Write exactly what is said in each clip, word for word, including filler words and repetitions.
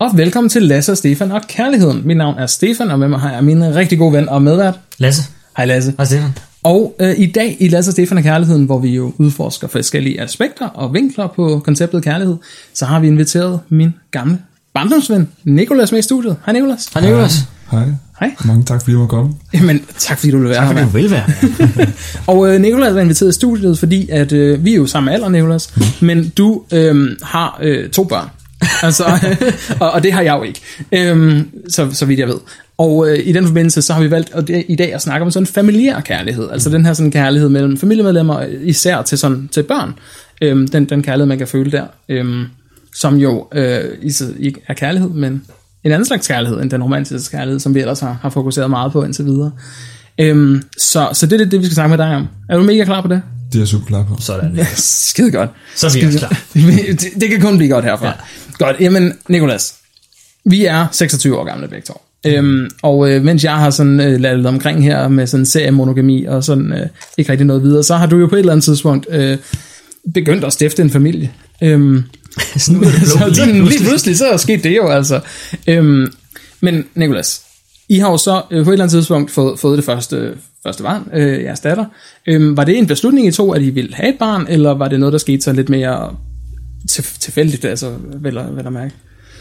Og velkommen til Lasse og Stefan og Kærligheden. Mit navn er Stefan, og med mig har jeg min rigtig gode ven og medvært. Lasse. Hej Lasse. Hej Stefan. Og øh, i dag i Lasse og Stefan og Kærligheden, hvor vi jo udforsker forskellige aspekter og vinkler på konceptet kærlighed, så har vi inviteret min gamle barndomsven, Nicolas, med i studiet. Hej Nicolas. Hej Nicolas. Hej. Hej. Mange tak, fordi du må komme. Jamen, tak fordi du vil være tak, her. Tak fordi du vil være her. Og øh, Nicolas er inviteret i studiet, fordi at, øh, vi er jo samme alder, Nicolas, mm. men du øh, har øh, to børn. Altså, og, og det har jeg jo ikke, øhm, så, så vidt jeg ved. Og øh, i den forbindelse, så har vi valgt at, i dag at snakke om sådan en familiær kærlighed. Altså den her sådan kærlighed mellem familiemedlemmer, især til, sådan, til børn. Øhm, den, den kærlighed, man kan føle der. Øhm, som jo øh, ikke er kærlighed, men en anden slags kærlighed end den romantiske kærlighed, som vi ellers har, har fokuseret meget på indtil videre. Øhm, så, så det er det, det, vi skal snakke med dig om. Er du mega klar på det? Det er jeg super klar på. Sådan. Ja, skide godt. Så er vi også klar. det, det kan kun blive godt herfra. Ja. Godt, jamen Nicolas, vi er seksogtyve år gamle begge to. Mm. Øhm, og øh, mens jeg har sådan øh, ladet omkring her med sådan seriemonogami og sådan øh, ikke rigtig noget videre, så har du jo på et eller andet tidspunkt øh, begyndt at stifte en familie. Øhm, sådan, så sådan, lige pludselig så er sket det jo altså. Øhm, men Nicolas, I har jo så øh, på et eller andet tidspunkt fået, fået det første, første barn, øh, jeres datter. Øhm, var det en beslutning I tog, at I ville have et barn, eller var det noget, der skete så lidt mere til, tilfældigt, altså vel at, vel at mærke?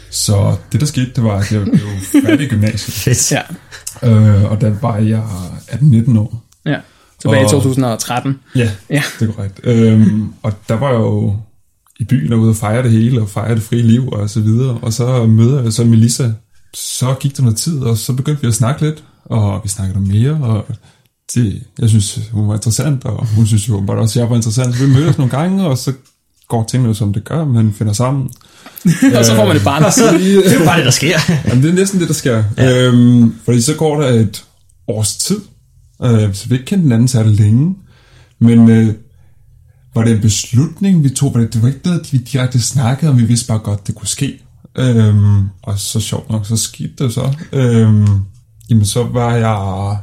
Så det, der skete, det var, at jeg blev færdig i gymnasiet. Fedt. Ja. Øh, og der var jeg atten nitten år. Ja, tilbage og, i to tusind og tretten. Ja, ja. Det er korrekt. Øhm, og der var jeg jo i byen og ude og fejre det hele, og fejre det frie liv og så videre. Og så møder jeg så Melissa. Så gik der noget tid, og så begyndte vi at snakke lidt, og vi snakkede om mere, og det, jeg synes, hun var interessant, og hun synes jo bare også, jeg var interessant. Vi mødtes nogle gange, og så går tingene jo, som det gør, man finder sammen. Og så får man et barn. Det er jo bare det, der sker. Jamen, det er næsten det, der sker. Ja. Øhm, fordi så går der et års tid, øh, så vi ikke kendte den anden særlig længe, men øh, var det en beslutning, vi tog? Var det, det var ikke noget, vi direkte snakkede om, vi vidste bare godt, det kunne ske. Øhm, og så sjovt nok, så skete det så. Øhm, jamen, så var jeg...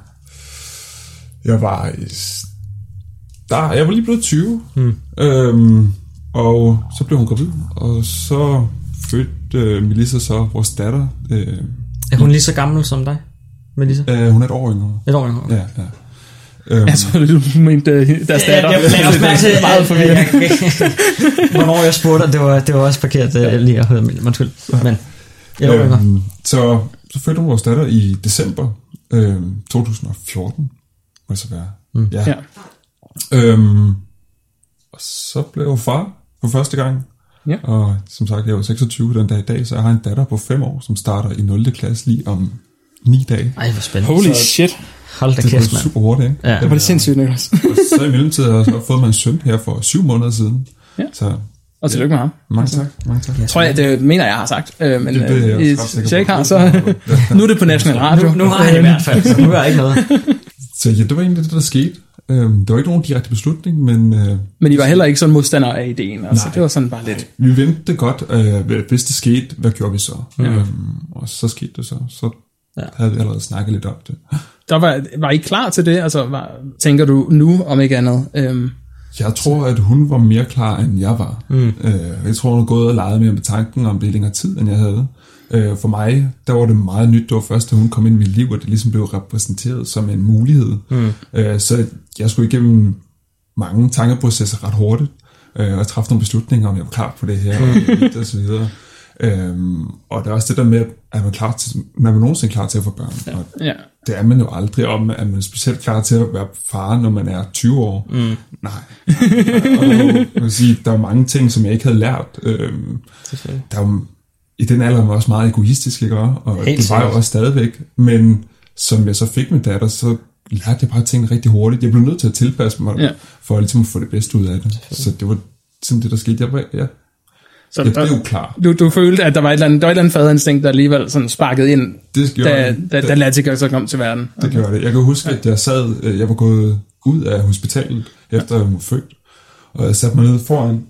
Jeg var... Der, jeg var lige blevet tyve. Hmm. Øhm, og så blev hun gravid, og så fødte øh, Melissa så vores datter. Øh, er hun lige så gammel som dig, Melissa? Øh, hun er et år yngre. Et år yngre? Ja, ja. Øhm, jeg tror, du mente deres datter. Jeg lagde også mærke til, meget forvirrende. Hvornår jeg spurgte, det var, det var også forkert ja. lige at høre. Undskyld, men et år yngre. Øhm, så, så fødte hun vores datter i december øh, to tusind og fjorten, må det så være. Mm. Ja. ja. Øhm, og så blev jeg far for første gang. Ja. Og som sagt, jeg var seksogtyve den dag i dag, så jeg har en datter på fem år, som starter i nul klasse lige om ni dage. Ej, hvor spændende. Holy så, shit. Hold da kæft, mand. Det var super hurtigt, ikke? Ja. Det var det sindssygt, Niklas. Og så i mellemtiden har jeg så fået mig en søn her for syv måneder siden. Ja. Så, og tillykke med ham. Mange tak. Mange tak. Jeg tror jeg, det mener jeg har sagt, øh, men det, det, øh, hvis jeg ikke har, så nu er det på National Radio. Nu, nu har jeg i hvert fald, så nu er jeg ikke noget. Så ja, det var egentlig det, der skete. Det var ikke nogen direkte beslutning, men... Øh, men I var heller ikke sådan modstandere af ideen, altså nej, det var sådan bare lidt... Vi ventede godt, øh, hvis det skete, hvad gjorde vi så? Mm. Øhm, og så skete det så, så ja. havde vi allerede snakket lidt om det. Der var, var I klar til det? Altså, var, tænker du nu, om ikke andet? Øhm. Jeg tror, at hun var mere klar, end jeg var. Mm. Øh, jeg tror, hun har gået og leget mere med tanken om det i længere tid, end jeg havde. Øh, for mig, der var det meget nyt. Det var først, da hun kom ind i mit liv, og det ligesom blev repræsenteret som en mulighed. Mm. Øh, så jeg skulle igennem mange tankeprocesser ret hurtigt, øh, og træffe nogle beslutninger, om jeg var klar på det her, mm. og så videre. Øhm, og det er også det der med, at man klar til, når man nogensinde klar til at få børn. Ja. Og ja. Det er man jo aldrig om, at man er specielt klar til at være far, når man er tyve år. Mm. Nej. og, jeg vil sige, der er mange ting, som jeg ikke havde lært. Øhm, der er jo, i den alder var jeg også meget egoistisk, ikke? Og helt det var jeg også stadigvæk. Men som jeg så fik med datter, så lærte jeg bare tingene rigtig hurtigt. Jeg blev nødt til at tilpasse mig, ja. for ligesom at få det bedste ud af det. Så det var simpelthen det, der skete. Jeg var, ja. Så jeg blev klar. Du, du følte, at der var et eller andet, der var et eller andet faderinstinkt, der alligevel sådan sparkede ind, da, da, da Latika så kom til verden. Det okay. gjorde det. Jeg kan huske, at jeg sad, jeg var gået ud af hospitalet, efter hun var født, og jeg satte mig ned foran,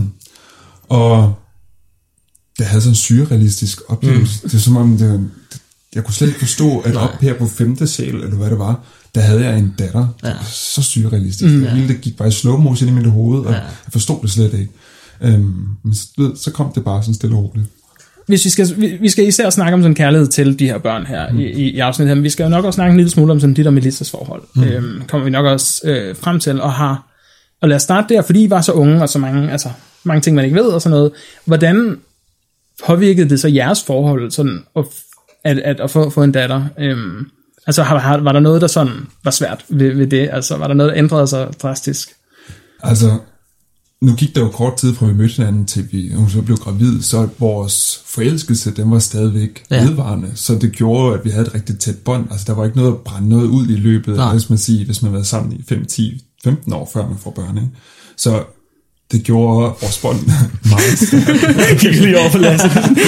og jeg havde sådan en surrealistisk oplevelse. Mm. Det er som om, det, jeg kunne slet ikke forstå, at op her på femte sal, eller hvad det var, der havde jeg en datter. Ja. Det var så surrealistisk. Mm. Det hele det gik bare i slow motion i mit hoved, og ja. jeg forstod det slet ikke. Øhm, men så, så kom det bare sådan stille og roligt. hvis vi skal, vi, vi skal især snakke om sådan kærlighed til de her børn her mm. i, i, i afsnittet her, men vi skal jo nok også snakke en lille smule om sådan dit og Melisas forhold. Mm. Øhm, kommer vi nok også øh, frem til, og har, og lad os starte der, fordi I var så unge, og så mange, altså, mange ting, man ikke ved, og sådan noget. Hvordan påvirkede det så jeres forhold, sådan, at, at, at, at få, få en datter? Øhm, altså, har, var der noget, der sådan var svært ved, ved det? Altså, var der noget, der ændrede sig drastisk? Altså, nu gik der jo kort tid fra vi mødte hinanden til vi hun så blev gravid, så vores forelskelse, den var stadigvæk ja. vedvarende, så det gjorde, at vi havde et rigtig tæt bånd. Altså, der var ikke noget at brænde noget ud i løbet, Nej. hvis man siger, hvis man har været sammen i fem, ti, femten år, før man får børn, ikke? Så det gjorde vores bånd meget stærkt. Jeg gik lige over på Lasse.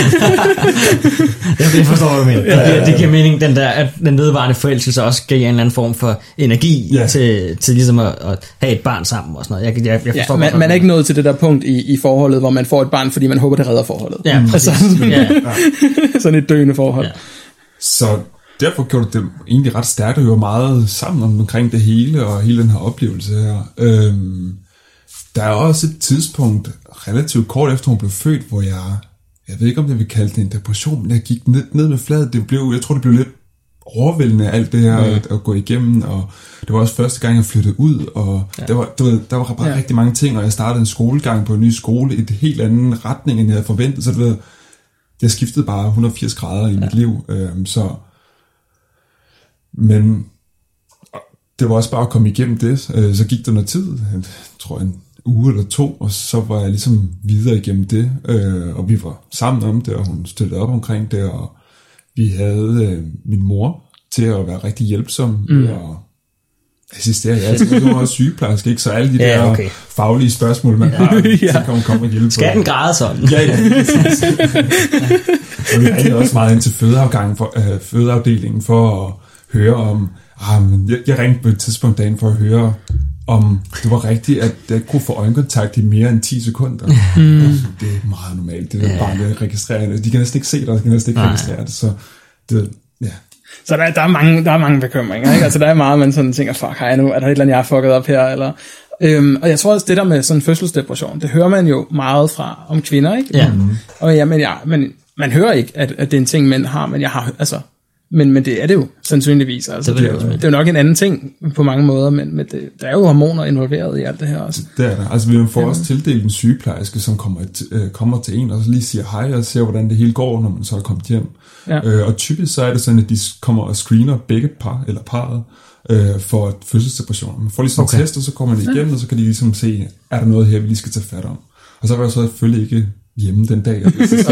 Jeg forstår, hvad du mener. Det, det, det giver mening, den der, at den vedvarende forelskelse også gav en eller anden form for energi ja. til, til ligesom at, at have et barn sammen og sådan noget. Jeg, jeg, jeg forstår, ja, man, man er ikke nået til det der punkt i, i forholdet, hvor man får et barn, fordi man håber, det redder forholdet. Ja, præcis. Altså, sådan, ja. sådan et døende forhold. Ja. Så derfor gjorde det egentlig ret stærkt, og vi var meget sammen omkring det hele, og hele den her oplevelse her. Øhm, Der er også et tidspunkt, relativt kort efter hun blev født, hvor jeg, jeg ved ikke om jeg vil kalde det en depression, men jeg gik ned, ned med fladet. Det blev, jeg tror det blev lidt overvældende alt det her mm. at, at gå igennem, og det var også første gang jeg flyttede ud, og ja. der, var, der, var, der var bare ja. rigtig mange ting, og jeg startede en skolegang på en ny skole i en helt anden retning, end jeg havde forventet, så det var, jeg skiftede bare et hundrede og firs grader i ja. mit liv, øhm, så men det var også bare at komme igennem det, øh, så gik der noget tid, jeg tror en uge eller to, og så var jeg ligesom videre igennem det, øh, og vi var sammen om det, og hun støttede op omkring det, og vi havde øh, min mor til at være rigtig hjælpsom, mm. og assistere. Jeg er hun var sygeplejerske, ikke? Så alle de ja, der okay. faglige spørgsmål, man har, ja. så kan hun komme og hjælpe. Skal den græde sådan? Ja, ja. Og vi er også meget ind til fødeafgangen for, øh, fødeafdelingen for at høre om, ah, men jeg, jeg ringte på et tidspunkt dagen for at høre, om det var rigtigt, at jeg ikke kunne få øjenkontakt i mere end ti sekunder. Mm. Altså, det er meget normalt. Det er yeah. bare at registrere det. De kan næsten ikke se det, og de kan næsten ikke Nej. registrere det. Så, det, ja. så der, der, er mange, der er mange bekymringer. Ikke? Altså, der er meget, man sådan tænker, fuck, har jeg nu, er der et eller andet, jeg har fucket op her? Eller, øhm, og jeg tror også, det der med sådan fødselsdepression, det hører man jo meget fra om kvinder. Ikke? Yeah. Mm. Og ja, men, ja, men man hører ikke, at, at det er en ting, mænd har, men jeg har, altså, Men, men det er det jo, sandsynligvis. Altså, det, det, er jo, det er jo nok en anden ting på mange måder, men, men det, der er jo hormoner involveret i alt det her også. Det er der. Altså, vi får også tildelt en sygeplejerske, som kommer, øh, kommer til en og så lige siger hej og ser, hvordan det hele går, når man så er kommet hjem. Ja. Øh, og typisk så er det sådan, at de kommer og screener begge par, eller parret, øh, for fødselsdepression. Man får lige sådan okay. en test, og så kommer man igennem, ja. og så kan de ligesom se, er der noget her, vi lige skal tage fat om. Og så var jeg så selvfølgelig ikke hjemme den dag. Og det, så, så,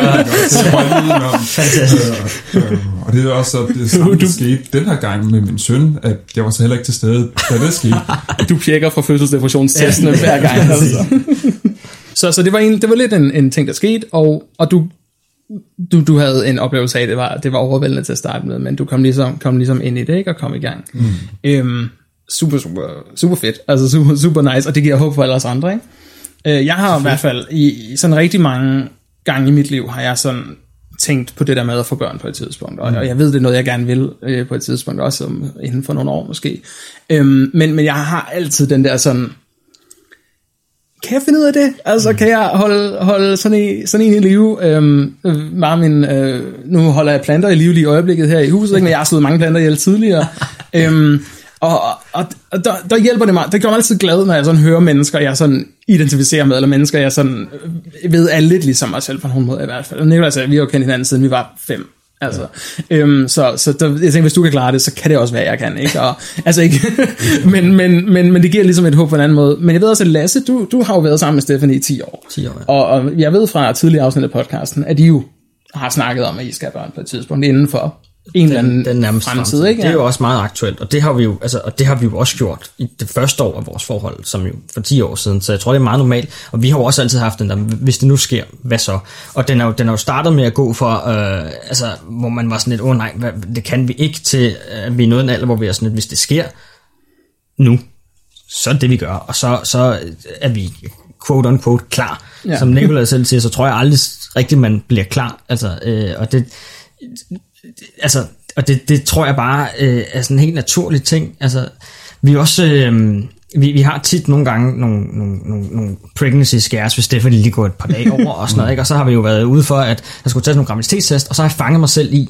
så, og det er også så, det samme, der skete den her gang med min søn, at jeg var så heller ikke til stede, da det skete. Du pjekker fra fødselsdepressionstestene ja, hver gang. Altså. så, så det var, en, det var lidt en, en ting, der skete, og, og du, du, du havde en oplevelse af, at det var, det var overvældende til at starte med, men du kom ligesom, kom ligesom ind i det, ikke, og kom i gang. Mm. Øhm, super, super, super fedt. Altså super, super nice, og det giver håb for alle os andre, ikke? Jeg har i hvert fald i sådan rigtig mange gange i mit liv, har jeg sådan tænkt på det der med at få børn på et tidspunkt, og, mm. og jeg ved, det er noget, jeg gerne vil øh, på et tidspunkt, også om, inden for nogle år måske. Øhm, men, men jeg har altid den der sådan, kan jeg finde ud af det? Altså, mm. kan jeg holde, holde sådan, en, sådan en i live? Øhm, bare min, øh, nu holder jeg planter i live lige i øjeblikket her i huset, ikke? Men jeg har slået mange planter ihjel tidligere. øhm, Og, og, og der, der hjælper det mig. Det gør mig altid glad, når jeg sådan hører mennesker, jeg sådan identificerer med, eller mennesker, jeg sådan ved er lidt ligesom mig selv på nogen måde i hvert fald. Og Nicolás, vi har jo kendt hinanden, siden vi var fem. Altså, ja. øhm, så så der, jeg tænker, hvis du kan klare det, så kan det også være, jeg kan, ikke? Og, altså ikke, men, men, men, men det giver ligesom et håb på en anden måde. Men jeg ved også, at Lasse, du, du har jo været sammen med Stephanie i ti år. ti år, ja. og, og jeg ved fra tidligere afsnit af podcasten, at I jo har snakket om, at I skal have børn på et tidspunkt inden for en eller anden den, den fremtid, ikke? Det er jo også meget aktuelt, og det har vi jo, altså, og det har vi jo også gjort i det første år af vores forhold, som jo for ti år siden, så jeg tror, det er meget normalt, og vi har jo også altid haft den der, hvis det nu sker, hvad så? Og den er jo, den er jo startet med at gå for, øh, altså, hvor man var sådan lidt, åh oh, nej, hvad, det kan vi ikke, til at vi er nået en alder, hvor vi er sådan lidt, hvis det sker nu, så er det, vi gør, og så, så er vi quote on quote klar. Ja. Som Nicolás selv siger, så tror jeg aldrig rigtigt, man bliver klar, altså, øh, og det altså, og det, det tror jeg bare øh, er sådan en helt naturlig ting. Altså, vi også, øh, vi, vi har tit nogle gange nogle, nogle, nogle, nogle pregnancy scares, hvis det er fordi lige går et par dage over og sådan noget, ikke? Og så har vi jo været ude for, at der skulle tages nogle graviditetstest, og så har jeg fanget mig selv i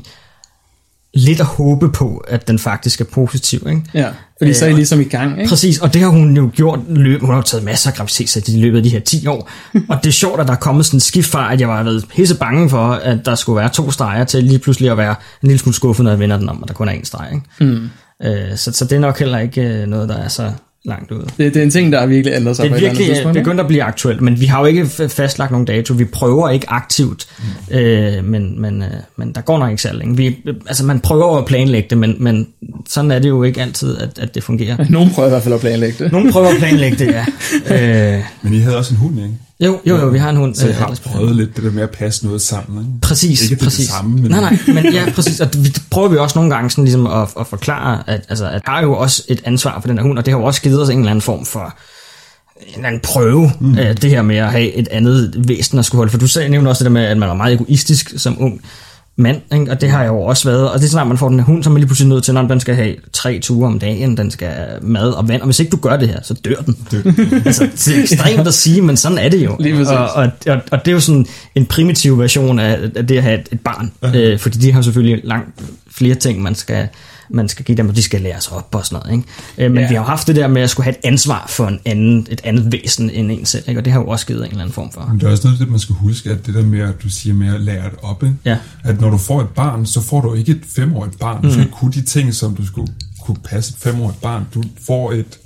lidt at håbe på, at den faktisk er positiv, ikke? Ja, fordi så er I ligesom i gang, ikke? Præcis, og det har hun jo gjort løb. Hun har jo taget masser af graviditetstest i løbet af de her ti år, og det er sjovt, at der er kommet sådan en skift fra, at jeg var været pisse bange for, at der skulle være to streger, til lige pludselig at være en lille smule skuffet, når jeg vender den om, og der kun er en streg, ikke? Mm. Øh, så, så det er nok heller ikke noget, der er så langt ude. Det, det er en ting, der har virkelig ændret sig. Det er virkelig begyndt at blive aktuelt, men vi har jo ikke fastlagt nogen dato. Vi prøver ikke aktivt, mm. øh, men, men, øh, men der går nok ikke særlig længe. Vi, altså man prøver at planlægge det, men, men sådan er det jo ikke altid, at, at det fungerer. Nogen prøver i hvert fald at planlægge det. Nogen prøver at planlægge det, ja. øh, men I havde også en hund, ikke? Jo, jo, jo, vi har en hund. Så jeg har prøvet lidt det der med at passe noget sammen, ikke? Præcis, ikke præcis. Det samme, men... Nej, nej, men ja, præcis. Og vi prøver vi også nogle gange sådan ligesom at, at forklare, at, altså, at jeg har jo også et ansvar for den her hund, og det har jo også givet os en eller anden form for en eller anden prøve, mm. af det her med at have et andet væsen at skulle holde. For du sagde nævnte også det der med, at man er meget egoistisk som ung mand, ikke? Og det har jeg jo også været. Og det er sådan, at man får den her hund, så er man lige pludselig nødt til, når den skal have tre ture om dagen, den skal have mad og vand, og hvis ikke du gør det her, så dør den. Altså, det er ekstremt at sige, men sådan er det jo. Og, og, og, og det er jo sådan en primitiv version af, af det at have et, et barn, uh-huh. øh, fordi de har selvfølgelig langt flere ting, man skal, man skal give dem, og de skal læres op og sådan noget, ikke? Øh, men yeah. vi har jo haft det der med at skulle have et ansvar for en anden, et andet væsen end en selv, ikke? Og det har jo også givet en eller anden form for. Men det er også noget, det man skal huske, at det der med, at du siger med at lære det op, ikke? Ja. At når du får et barn, så får du ikke et femårigt barn. Du skal ikke kunne de ting, som du skulle kunne passe et femårigt barn. Du får et,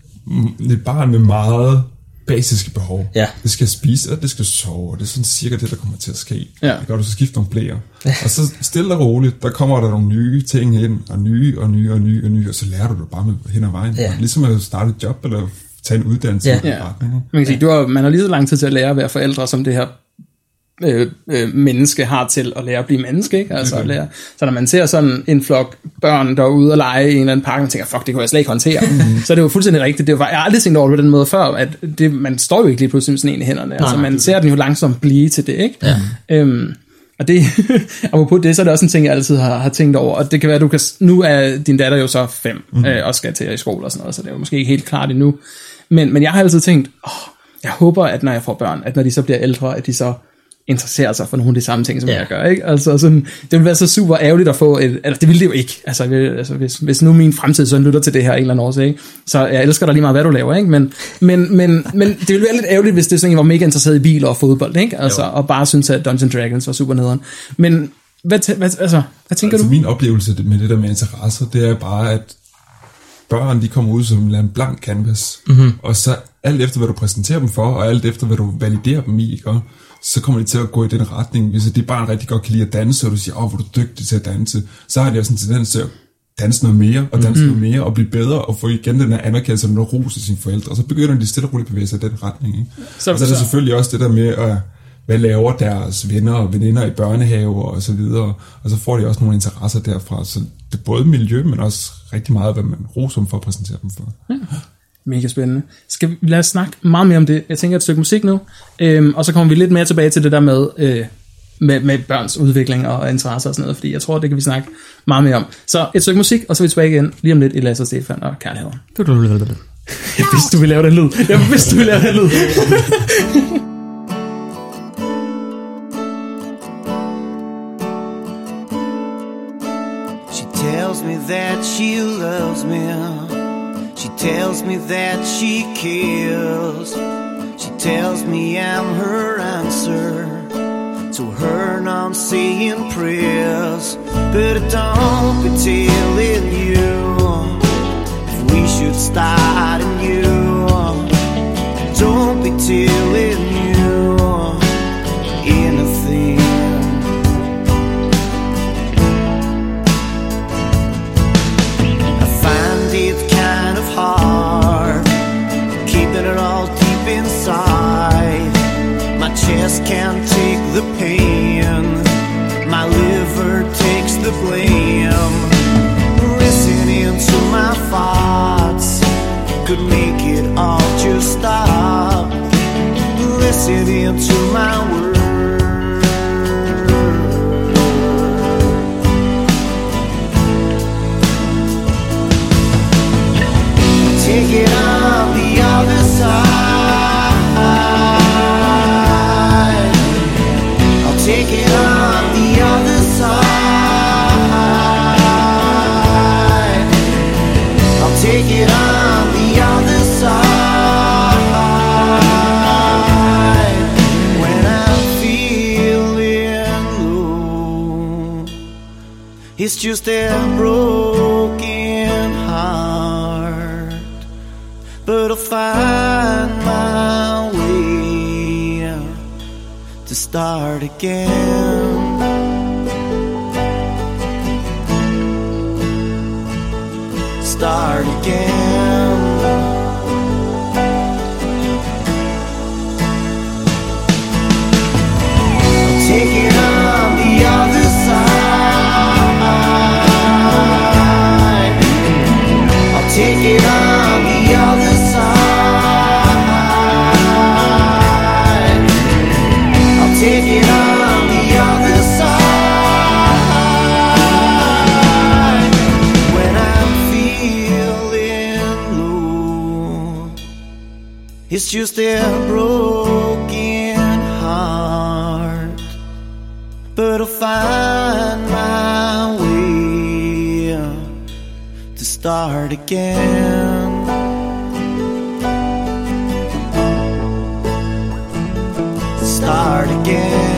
et barn med meget basiske behov. Ja. Det skal spise, og det skal sove, og det er sådan cirka det, der kommer til at ske. Ja. Og du så skifte nogle blæer. Ja. Og så stille og roligt, der kommer der nogle nye ting ind, og nye, og nye, og nye, og nye, og så lærer du det bare med hen ad vejen. Ja. Ligesom at starte et job, eller tage en uddannelse. Ja. Ja. Man kan sige, du har, man har lige så lang tid til at lære at være forældre, som det her øh, øh, menneske har til at lære at blive menneske, ikke? Altså at lære. Så når man ser sådan en flok børn, der er ude og lege i en eller anden park, og tænker, fuck, det kunne jeg slet ikke håndtere. Mm-hmm. Så er det jo fuldstændig rigtigt. Det var, jeg har aldrig tænkt over det på den måde før, at det, man står jo ikke lige pludselig med sådan en i hænderne. Nej, altså man det. ser den jo langsomt blive til det, ikke? Ja. Øhm, og det, apropos det, så er det også en ting, jeg altid har, har tænkt over. Og det kan være, at du kan, nu er din datter jo så fem, mm-hmm. øh, og skal til i skole og sådan noget, så det er jo måske ikke helt klart endnu. Men, men jeg har altid tænkt, åh, jeg håber, at når jeg får børn, at når de så bliver ældre, at de så interesserer sig for nogle af de samme ting, som ja. jeg gør, ikke? Altså sådan, det ville være så super ærgerligt at få et, altså det ville det jo ikke, altså, altså hvis, hvis nu min fremtid så lytter til det her en eller anden årsag, ikke? Så jeg elsker dig lige meget, hvad du laver, ikke? Men, men, men, men det ville være lidt ærgerligt, hvis det sådan en var mega interesseret i biler og fodbold, ikke? Altså, og bare synes, at Dungeons and Dragons var super nederen. Men hvad, hvad, altså, hvad tænker altså, du? Min oplevelse med det der med interesser, det er bare, at børn, de kommer ud som en eller anden blank canvas, mm-hmm. og så alt efter, hvad du præsenterer dem for, og alt efter, hvad du validerer dem i, ikke? Så kommer de til at gå i den retning. Hvis de bare rigtig godt kan lide at danse, og du siger, åh, hvor er du dygtig til at danse, så har de også en tendens til at danse noget mere, og danse mm-hmm. noget mere, og blive bedre, og få igen den her anerkendelse, og noget ros af sine forældre, og så begynder de stille og roligt at bevæge sig i den retning. Ikke? Så, og så er der så. selvfølgelig også det der med, at hvad laver deres venner og veninder i børnehaver, og så videre, og så får de også nogle interesser derfra, så det er både miljø, men også rigtig meget, hvad man roser dem for at præsentere dem for. Ja. Mega spændende. Skal vi lade os snakke meget mere om det? Jeg tænker et stykke musik nu, øhm, og så kommer vi lidt mere tilbage til det der med, øh, med, med børns udvikling og interesser og sådan noget, fordi jeg tror, det kan vi snakke meget mere om. Så et stykke musik, og så er vi tilbage igen lige om lidt i Lasse og Stefan og kærligheden. Jeg vidste, du ville lave den lyd. Jeg vidste, du ville lave den lyd. She tells me that she loves me. She tells me that she cares. She tells me I'm her answer to her non-saying prayers. But I don't be telling you if we should start anew. Don't be telling you anything. I find it kind of hard keeping it all deep inside. My chest can't take the pain, my liver takes the blame. Listening to my thoughts could make it all just stop. Listening to my words, take it on. take it on the other side. I'll take it on the other side. When I'm feeling low, it's just a broken heart, but I'll find my way to start again. Start again. I'll take it on the other side. I'll take it on the other side. I'll take it on the other side. When I'm feeling low, it's just a broken heart, but I'll find my way to start again. Start again.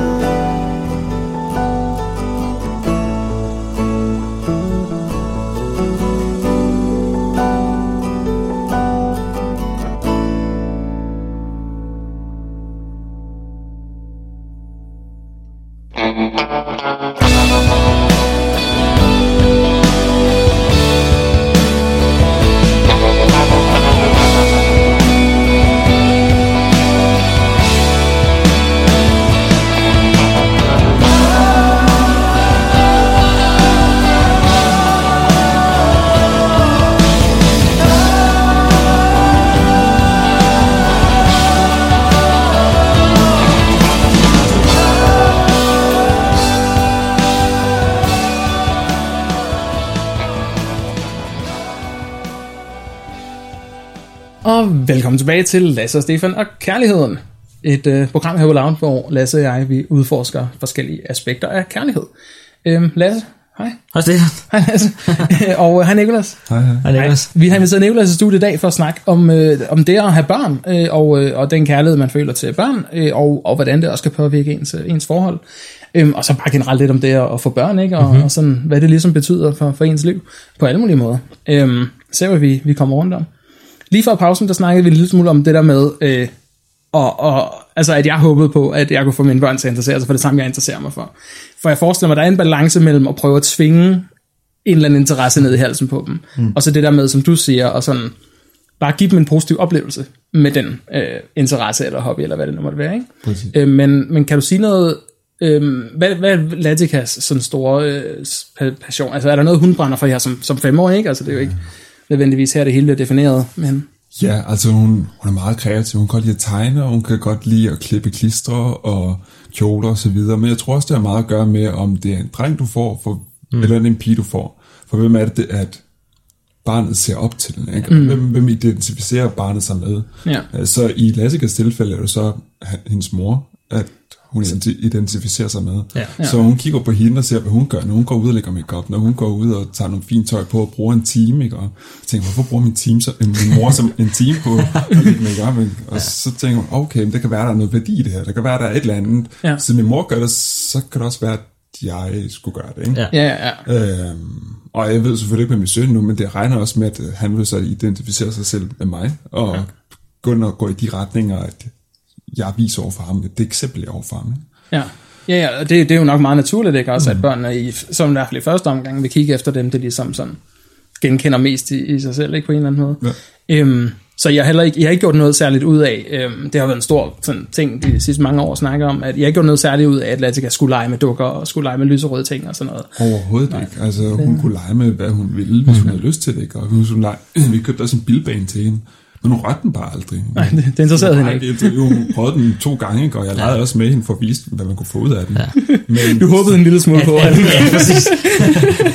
Og velkommen tilbage til Lasse og Stefan og Kærligheden. Et øh, program her på Loud, hvor Lasse og jeg vi udforsker forskellige aspekter af kærlighed. Øhm, Lasse, hej. Hej Stefan. Hej Lasse. Og hej Nicolas. Hej, hej. Hej Nicolas. Vi har inviteret Nicolas i studiet i dag for at snakke om, øh, om det at have børn, øh, og, øh, og den kærlighed, man føler til børn, øh, og, og hvordan det også kan påvirke ens, ens forhold. Øhm, og så bare generelt lidt om det at, at få børn, ikke? Og, mm-hmm. og sådan, hvad det ligesom betyder for, for ens liv på alle mulige måder. Øhm, så hvad vi, vi kommer rundt om. Lige før pausen, der snakkede vi lidt smule om det der med, øh, og, og, altså at jeg håbede på, at jeg kunne få mine børn til at interessere sig for det samme, jeg interesserer mig for. For jeg forestiller mig, at der er en balance mellem at prøve at tvinge en eller anden interesse ned i halsen på dem, mm. og så det der med, som du siger, og sådan, bare give dem en positiv oplevelse med den øh, interesse eller hobby, eller hvad det nu måtte være, ikke? Øh, men, men kan du sige noget, øh, hvad, hvad er Latikas sådan store øh, passion? Altså er der noget, hun brænder for her som, som femårig, ikke? Altså det er jo ikke nødvendigvis her det hele er defineret, men... Ja, altså hun, hun er meget kreativ. Hun kan godt lide at tegne, og hun kan godt lide at klippe klistre og kjoler og så videre. Men jeg tror også, det har meget at gøre med, om det er en dreng, du får, for, mm. eller en pige, du får. For hvem er det, at barnet ser op til den, ikke? Mm. Hvem, hvem identificerer barnet sig med? Ja. Så i Lassikas tilfælde er det så hendes mor, at hun identificerer sig med. Ja. Ja. Så hun kigger på hende og ser, hvad hun gør, når hun går ud og lægger make-up, når hun går ud og tager nogle fint tøj på og bruger en time, ikke? Og tænker, hvorfor bruger min, team så, min mor som en time på at lægge make-up, ikke? Og ja. Så tænker hun, okay, men det kan være, der er noget værdi i det her. Der kan være, der er et eller andet. Ja. Så min mor gør det, så kan det også være, at jeg skulle gøre det, ikke? Ja, ja, ja. Øhm, og jeg ved selvfølgelig ikke med min søn nu, men det regner også med, at han vil så identificere sig selv med mig, og ja. gå og gå i de retninger, at jeg viser over for ham, det eksempel jeg over for ham. Ja, ja, ja det, det er jo nok meget naturligt, ikke? Også, at børnene, i, som i hvert fald i første omgang, vil kigge efter dem, det ligesom sådan genkender mest i, i sig selv, ikke? På en eller anden måde. Ja. Øhm, så jeg har heller ikke, jeg har ikke gjort noget særligt ud af, øhm, det har været en stor sådan, ting de sidste mange år at snakke om, at jeg har ikke gjort noget særligt ud af, at Latika skulle lege med dukker, og skulle lege med lyserøde ting og sådan noget. Overhovedet Nej. ikke. Altså hun ja. kunne lege med, hvad hun ville, hvis hun havde lyst til det, ikke? Og hun skulle lege, vi købte også en bilbane til hende. Men hun rørte den bare aldrig. Nej, det, det interesserede hende ikke. Det, hun prøvede den to gange, ikke? Og jeg legede ja. også med hende for at vise, hvad man kunne få ud af den. Ja. Men, du håbede en lille smule på, at ja, præcis.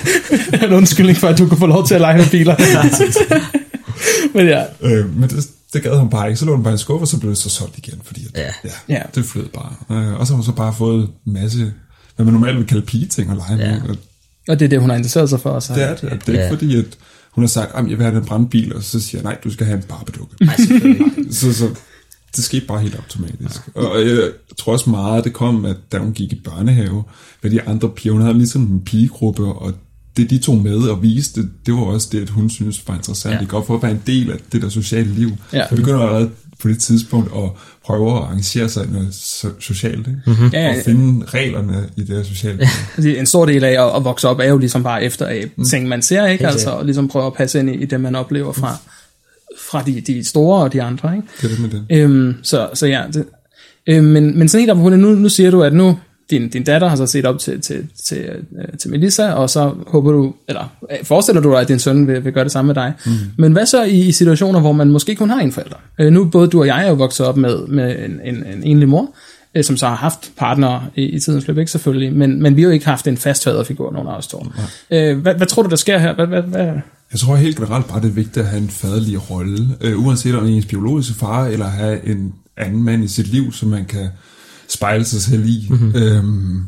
En undskyldning for, at du kunne få lov til at lege med biler. Men ja. Øh, men det, det gad hun bare ikke. Så lå den bare i en skuffe, og så blev det så solgt igen, fordi at, ja. Ja, ja. det flød bare. Øh, og så har hun så bare fået en masse, hvad man normalt vil kalde pigeting at lege ja. med. Og, og det er det, hun har interesseret sig for. Så. Det er det. Det er ikke ja. fordi, at hun har sagt, at jeg vil have en brandbil, og så siger jeg, nej, du skal have en barbedukke. Nej, selvfølgelig. så, så det skete bare helt automatisk. Ja. Og jeg tror også meget, det kom, at da hun gik i børnehave med de andre piger, hun havde ligesom en pigegruppe, og det de tog med og viste, det var også det, at hun synes var interessant. Ja. Det går for at være en del af det der sociale liv. Ja. Jeg begynder allerede på det tidspunkt at prøve at arrangere sig i noget so- socialt, ikke? Mm-hmm. Ja, ja, ja. Og finde reglerne i det her sociale liv. En stor del af at, at vokse op er jo ligesom bare efter af mm. ting, man ser, ikke? Altså, og ligesom prøve at passe ind i, i det, man oplever fra, fra de, de store og de andre, ikke? Det er det med det. Øhm, så, så ja, det, øhm, men, men sådan helt op på det, nu, nu siger du, at nu Din, din datter har så set op til, til, til, til Melissa, og så håber du, eller forestiller du dig, at din søn vil, vil gøre det samme med dig. Mm. Men hvad så i, i situationer, hvor man måske kun har en forælder? Øh, nu både du og jeg er jo vokset op med, med en, en, en enlig mor, øh, som så har haft partnere i, i tidens løb, ikke selvfølgelig, men, men vi har jo ikke haft en fast faderfigur, nogen af os to. Øh, hvad, hvad tror du, der sker her? Hvad, hvad, hvad? Jeg tror helt generelt bare, det er vigtigt at have en faderlig rolle, øh, uanset om det er ens biologiske far, eller have en anden mand i sit liv, som man kan spejle sig selv i. Mm-hmm. Øhm,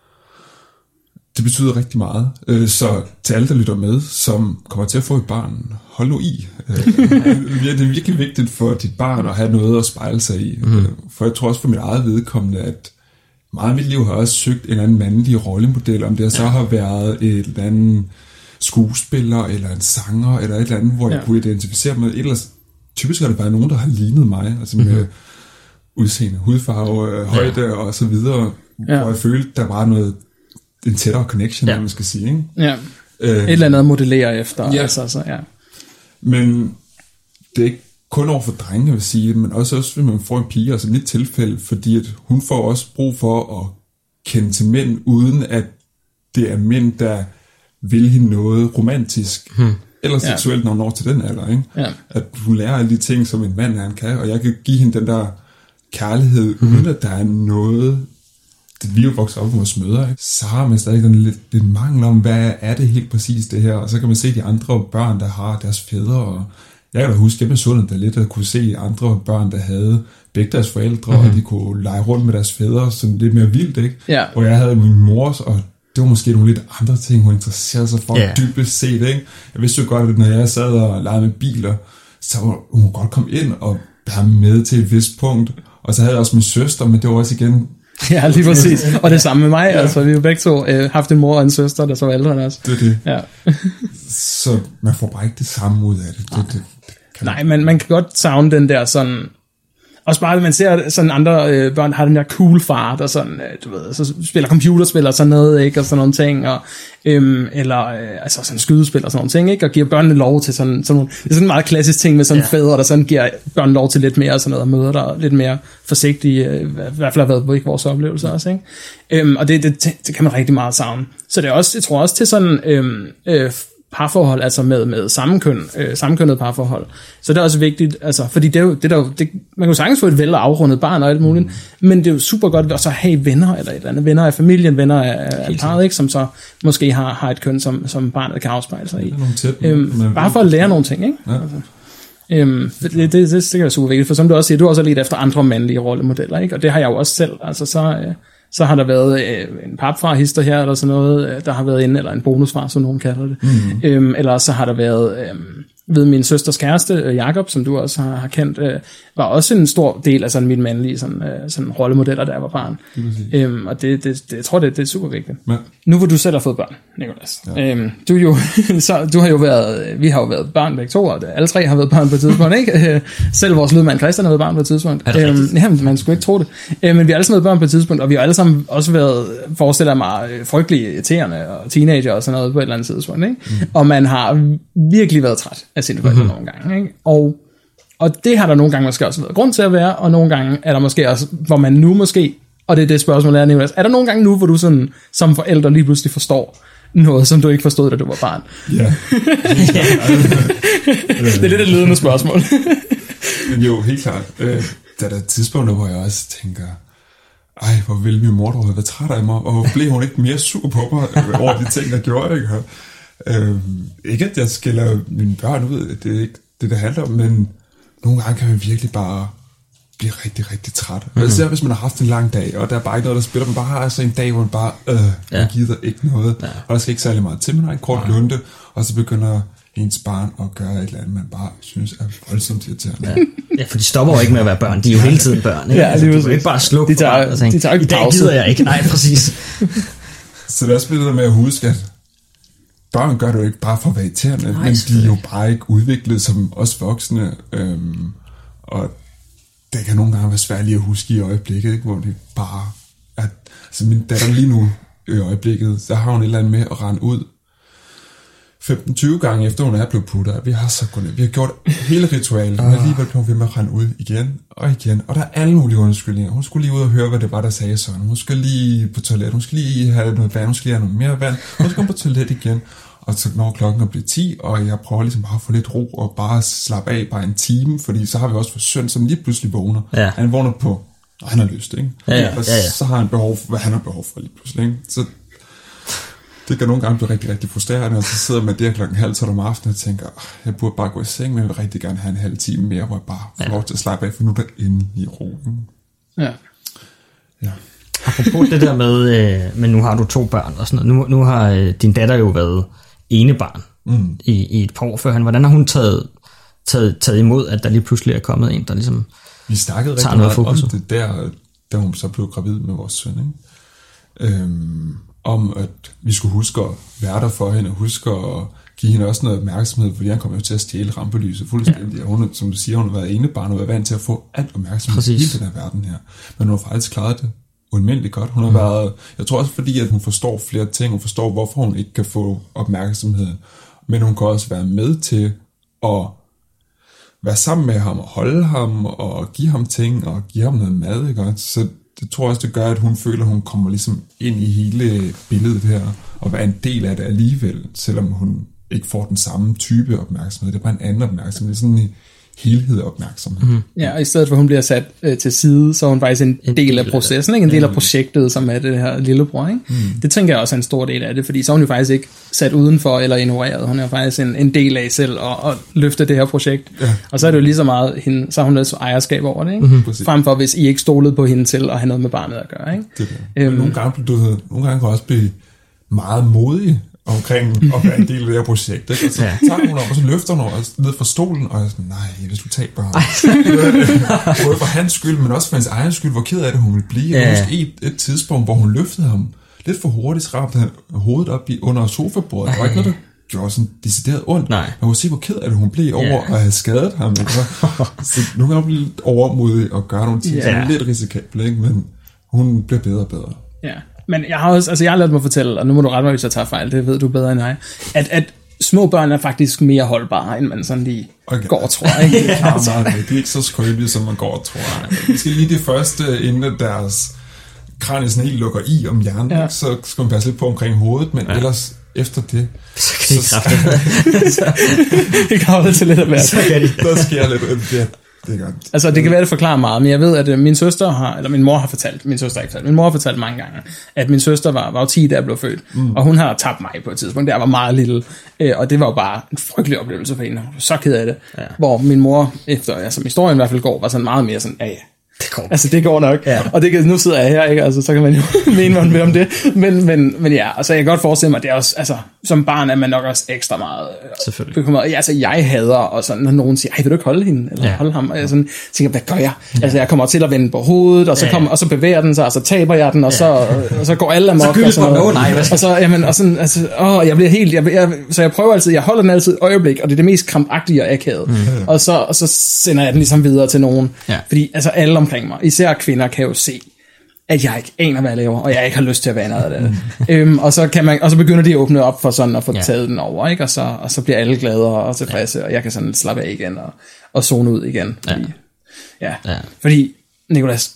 det betyder rigtig meget. Øh, så til alle, der lytter med, som kommer til at få et barn, hold nu i. Øh, det er virkelig vigtigt for dit barn at have noget at spejle sig i. Mm-hmm. Øh, for jeg tror også for mit eget vedkommende, at meget af mit liv har også søgt en anden mandlig rollemodel, om det så har været et eller andet skuespiller, eller en sanger, eller et eller andet, hvor ja. jeg kunne identificere med. Ellers typisk har det været nogen, der har lignet mig, altså med mm-hmm. udseende, hudfarve, højde ja. og så videre, ja. hvor jeg følte, der var noget, en tættere connection, ja. man skal sige. Ikke? Ja. Øh, Et eller andet at modellere efter. Ja. Altså, så, ja. Men det er ikke kun over for drenge, jeg vil sige, men også, også hvis man får en pige, altså i mit tilfælde, fordi at hun får også brug for at kende til mænd, uden at det er mænd, der vil hende noget romantisk, hmm. eller seksuelt, ja. når hun når til den alder. Ikke? Ja. At hun lærer alle de ting, som en mand han kan, og jeg kan give hende den der kærlighed, mm-hmm. uden at der er noget, det vi er jo vokset op med vores mødre, ikke? Så har man stadig den lidt, lidt mangel om, hvad er det helt præcis det her, og så kan man se de andre børn, der har deres fædre, og jeg kan da huske, jeg så der lidt, at kunne se andre børn, der havde begge deres forældre, mm-hmm. og de kunne lege rundt med deres fædre, sådan lidt mere vildt, ikke? Ja. Og jeg havde min mors, og det var måske nogle lidt andre ting, hun interesserede sig for, yeah. dybest set, ikke? Jeg vidste jo godt, at når jeg sad og legede med biler, så hun kunne godt komme ind og være med til et vist punkt. Og så havde jeg også min søster, men det var også igen... Ja, lige præcis. Og det samme med mig. Ja. Altså, vi har jo begge to øh, haft en mor og en søster, der så var ældre end os. Det er det. Ja. Så man får bare ikke det samme ud af det. det, det, det kan Nej, men man kan godt savne den der sådan... Også bare, man ser sådan andre øh, børn har den der cool fart, og sådan, øh, du ved, så spiller computerspil og sådan noget, ikke, og sådan nogle ting, og, øhm, eller øh, altså sådan skydespil og sådan nogle ting, ikke, og giver børnene lov til sådan, sådan nogle, det er sådan en meget klassisk ting med sådan ja. fædre, der sådan giver børn lov til lidt mere og sådan noget, og møder der lidt mere forsigtige, øh, i hvert fald har været på ikke vores oplevelser også, ikke, øhm, og det, det, det kan man rigtig meget savne. Så det er også, jeg tror også til sådan, øhm, øh, parforhold, altså med, med sammenkøn, øh, sammenkønnet parforhold. Så det er også vigtigt, altså, fordi det er jo, det er jo, det, man kan jo sagtens få et vel afrundet barn og alt muligt, mm. men det er jo super godt at så have venner, eller et eller andet, venner af familien, venner af, af parret, ikke, som så måske har, har et køn, som, som barnet kan afspejle sig i. Øhm, bare for at lære nogle ting, ikke? Ja. Altså, øhm, det, det, det, det er super vigtigt, for som du også siger, du har også lidt efter andre mandlige rollemodeller, ikke? Og det har jeg jo også selv, altså så... Øh, så har der været øh, en papfar-hister her, eller sådan noget, øh, der har været inde, eller en bonusfar, som nogen kalder det. Mm-hmm. Øhm, eller så har der været, øh, ved min søsters kæreste, øh, Jakob, som du også har, har kendt, øh, var også en stor del af sådan mit mandlige sådan, øh, sådan rollemodeller, da jeg var barn. Øhm, og det, det, det, jeg tror, det, det er super vigtigt. Ja. Nu hvor du selv har fået børn, Nicolas, ja. øhm, du, jo, så, du har jo været, vi har jo været børn begge to, og alle tre har været børn på et tidspunkt, ikke? Selv vores lydmand Christian har været børn på et tidspunkt. Øhm, jamen, man skulle ikke tro det. Øhm, men vi har alle sammen været børn på et tidspunkt, og vi har alle sammen også været, forestiller mig, frygtelig irriterende og teenager og sådan noget på et eller andet tidspunkt, ikke? Mm. Og man har virkelig været træt af sine forældre mm-hmm. nogle gange, ikke? Og, og det har der nogle gange måske også været grund til at være, og nogle gange er der måske også, hvor man nu måske, og det er det spørgsmål, er, Nicolas, er der nogle gange nu, hvor du sådan, som forældre lige pludselig forstår noget, som du ikke forstod, da du var barn? Ja. Det er lidt et ledende spørgsmål. Jo, helt klart. Øh, der er der tidspunkter, hvor jeg også tænker, ej, hvor ville min mor dog have været træt af mig, og hvor blev hun ikke mere sur på mig over de ting, jeg gjorde, ikke? Øh, ikke at jeg skiller mine børn ud, det er ikke det, der handler om, men nogle gange kan man virkelig bare blive rigtig, rigtig træt. Mm-hmm. Især hvis man har haft en lang dag, og der er bare ikke noget, der spiller. Man bare har altså en dag, hvor man bare, øh, ja. man gider ikke noget. Ja. Og der skal ikke særlig meget til. Man har en kort ja. lunde, og så begynder ens barn at gøre et eller andet, man bare synes er voldsomt irriterende. Ja. ja, for de stopper jo ikke med at være børn. De er jo hele tiden børn. Ikke? Ja, altså, du kan ikke bare slukke de tager, børn og tænke, de tager ikke i dag pause. gider jeg ikke. Nej, præcis. Så det er også blevet der med at huske, at børn gør det jo ikke bare for at være irriterende, Nej, men de er jo bare ikke udviklet som os voksne. Øhm, og det kan nogle gange være svært lige at huske i øjeblikket, ikke? Hvor det bare er... Altså min datter lige nu i øjeblikket, så har hun et eller andet med at rende ud femten tyve gange efter hun er blevet puttet. Vi har så gået, vi har gjort hele ritualet, men alligevel blev hun ved med at rende ud igen og igen. Og der er alle mulige undskyldninger. Hun skulle lige ud og høre, hvad det var, der sagde sådan. Hun skulle lige på toilet, hun skulle lige have noget vand, hun skulle lige have noget mere vand. Hun skal komme på toilet igen. Og så når klokken er blevet ti, og jeg prøver ligesom bare at få lidt ro og bare slappe af bare en time, fordi så har vi også for søn, som lige pludselig vågner. Ja. Han vågner på, og han har lyst, ikke? Ja, ja, ja, ja. Så har han behov for, hvad han har behov for lige pludselig, ikke? Så det kan nogle gange blive rigtig, rigtig frustrerende, og så sidder man der klokken halv tolv om aftenen og tænker, jeg burde bare gå i seng, men jeg vil rigtig gerne have en halv time mere, hvor jeg bare får ja. lov til at slappe af, for nu er der inde i ro. Ja. Ja. Apropos det der med, øh, men nu har du to børn og sådan noget. Nu, nu har øh, din datter jo været enebarn mm. i, i et par år før. Hvordan har hun taget, taget, taget imod, at der lige pludselig er kommet en, der ligesom Vi snakkede rigtig meget om det der, da hun så blev gravid med vores søn, ikke? Øhm, om at vi skulle huske at være der for hende, og huske at give hende også noget opmærksomhed, fordi han kommer jo til at stjæle rampelyset fuldstændig. Ja. Og hun, som du siger, hun har været enebarn og været vant til at få alt opmærksomhed i hele den her verden her. Men hun har faktisk klaret det ualmindeligt godt. Hun har mm. været, jeg tror også fordi, at hun forstår flere ting, hun forstår, hvorfor hun ikke kan få opmærksomhed, men hun kan også være med til at være sammen med ham, og holde ham, og give ham ting, og give ham noget mad, ikke? Så det tror jeg også, det gør, at hun føler, at hun kommer ligesom ind i hele billedet her, og være en del af det alligevel, selvom hun ikke får den samme type opmærksomhed. Det er bare en anden opmærksomhed. Det er sådan en helhed af opmærksomhed. Mm. Ja, og i stedet for, at hun bliver sat øh, til side, så er hun faktisk en, en del af processen, ikke? En del af projektet, som er det her lillebror. Ikke? Mm. Det tænker jeg også er en stor del af det, fordi så er hun jo faktisk ikke sat udenfor eller ignoreret. Hun er jo faktisk en, en del af selv at, at løfte det her projekt. Ja. Og så er det jo lige så meget hende, så har hun lidt ejerskab over det. Ikke? Mm-hmm. Frem for, hvis I ikke stolede på hende til at have noget med barnet at gøre. Ikke? Det det. Øhm, nogle, gange, du ved, nogle gange kan også blive meget modig omkring at være en del af det her projekt. Ikke? Og så ja. tager hun op, og så løfter hun os ned fra stolen, og jeg er sådan, nej, hvis du taber ham. Både for hans skyld, men også for hans egen skyld, hvor ked af det hun ville blive. Ja. Og et, et tidspunkt, hvor hun løftede ham lidt for hurtigt, ramte han hovedet op i, under sofabordet. Der var ikke noget, der gjorde sådan decideret ondt. Nej. Man kunne se, hvor ked af det hun blev over ja. at have skadet ham. Så nu kan hun blive lidt overmodig og gøre nogle ting, ja. som er lidt risikable, ikke? Men hun bliver bedre og bedre. Ja. Men jeg har også, altså jeg har ladet mig fortælle, og nu må du rette mig, hvis jeg tager fejl, det ved du bedre end jeg, at, at små børn er faktisk mere holdbare, end man sådan lige okay. går og tror. Ikke? Altså. Nej, det er ikke så skrøbelige, som man går og tror. Vi skal lige det første, inden deres kranie sådan helt lukker i om hjernen, ja. så skal man passe lidt på omkring hovedet, men ja. ellers efter det, så kan de kræfte. Det kan holde til lidt at være. Så kan de. Der sker lidt, det Det er godt. Altså det kan være, det forklarer meget, men jeg ved, at min søster har, eller min mor har fortalt, min søster har ikke fortalt, min mor har fortalt mange gange, at min søster var, var jo ti, da jeg blev født, mm. og hun har tabt mig på et tidspunkt, da jeg var meget lille, og det var jo bare en frygtelig oplevelse for hende, så ked af det, ja. Hvor min mor, efter, altså historien i hvert fald går, var sådan meget mere sådan, ja ja, det går. Altså det går nok, ja. Og det kan, nu sidder jeg her, ikke? Altså så kan man jo mene, hvad man vil om det, men, men, men ja, altså jeg kan godt forestille mig, at det er også, altså som barn er man nok også ekstra meget bekymret. Ja, altså jeg hader, og sådan, når nogen siger, ej, vil du ikke holde hende, eller ja. holde ham, og jeg sådan tænker, hvad gør jeg? Ja. Altså jeg kommer til at vende på hovedet, og så, kommer, og så bevæger den sig, og så taber jeg den, og så, ja. og så går alle amok, og, sådan noget. Nej, og så, jamen, og sådan, altså, åh, jeg bliver helt, jeg, jeg, så jeg prøver altid, jeg holder den altid et øjeblik, og det er det mest krampagtige og akavet, mm. og, så, og så sender jeg den ligesom videre til nogen, ja. Fordi altså alle omkring mig, især kvinder kan jo se, at jeg ikke aner, hvad jeg laver, og jeg ikke har lyst til at være noget af det. øhm, og, så kan man, og så begynder de at åbne op for sådan, at få ja. taget den over, ikke? Og, så, og så bliver alle glade og tilfredse, ja. og jeg kan sådan slappe af igen, og, og zone ud igen. Fordi, ja. Ja. Ja. Fordi, Nicolas,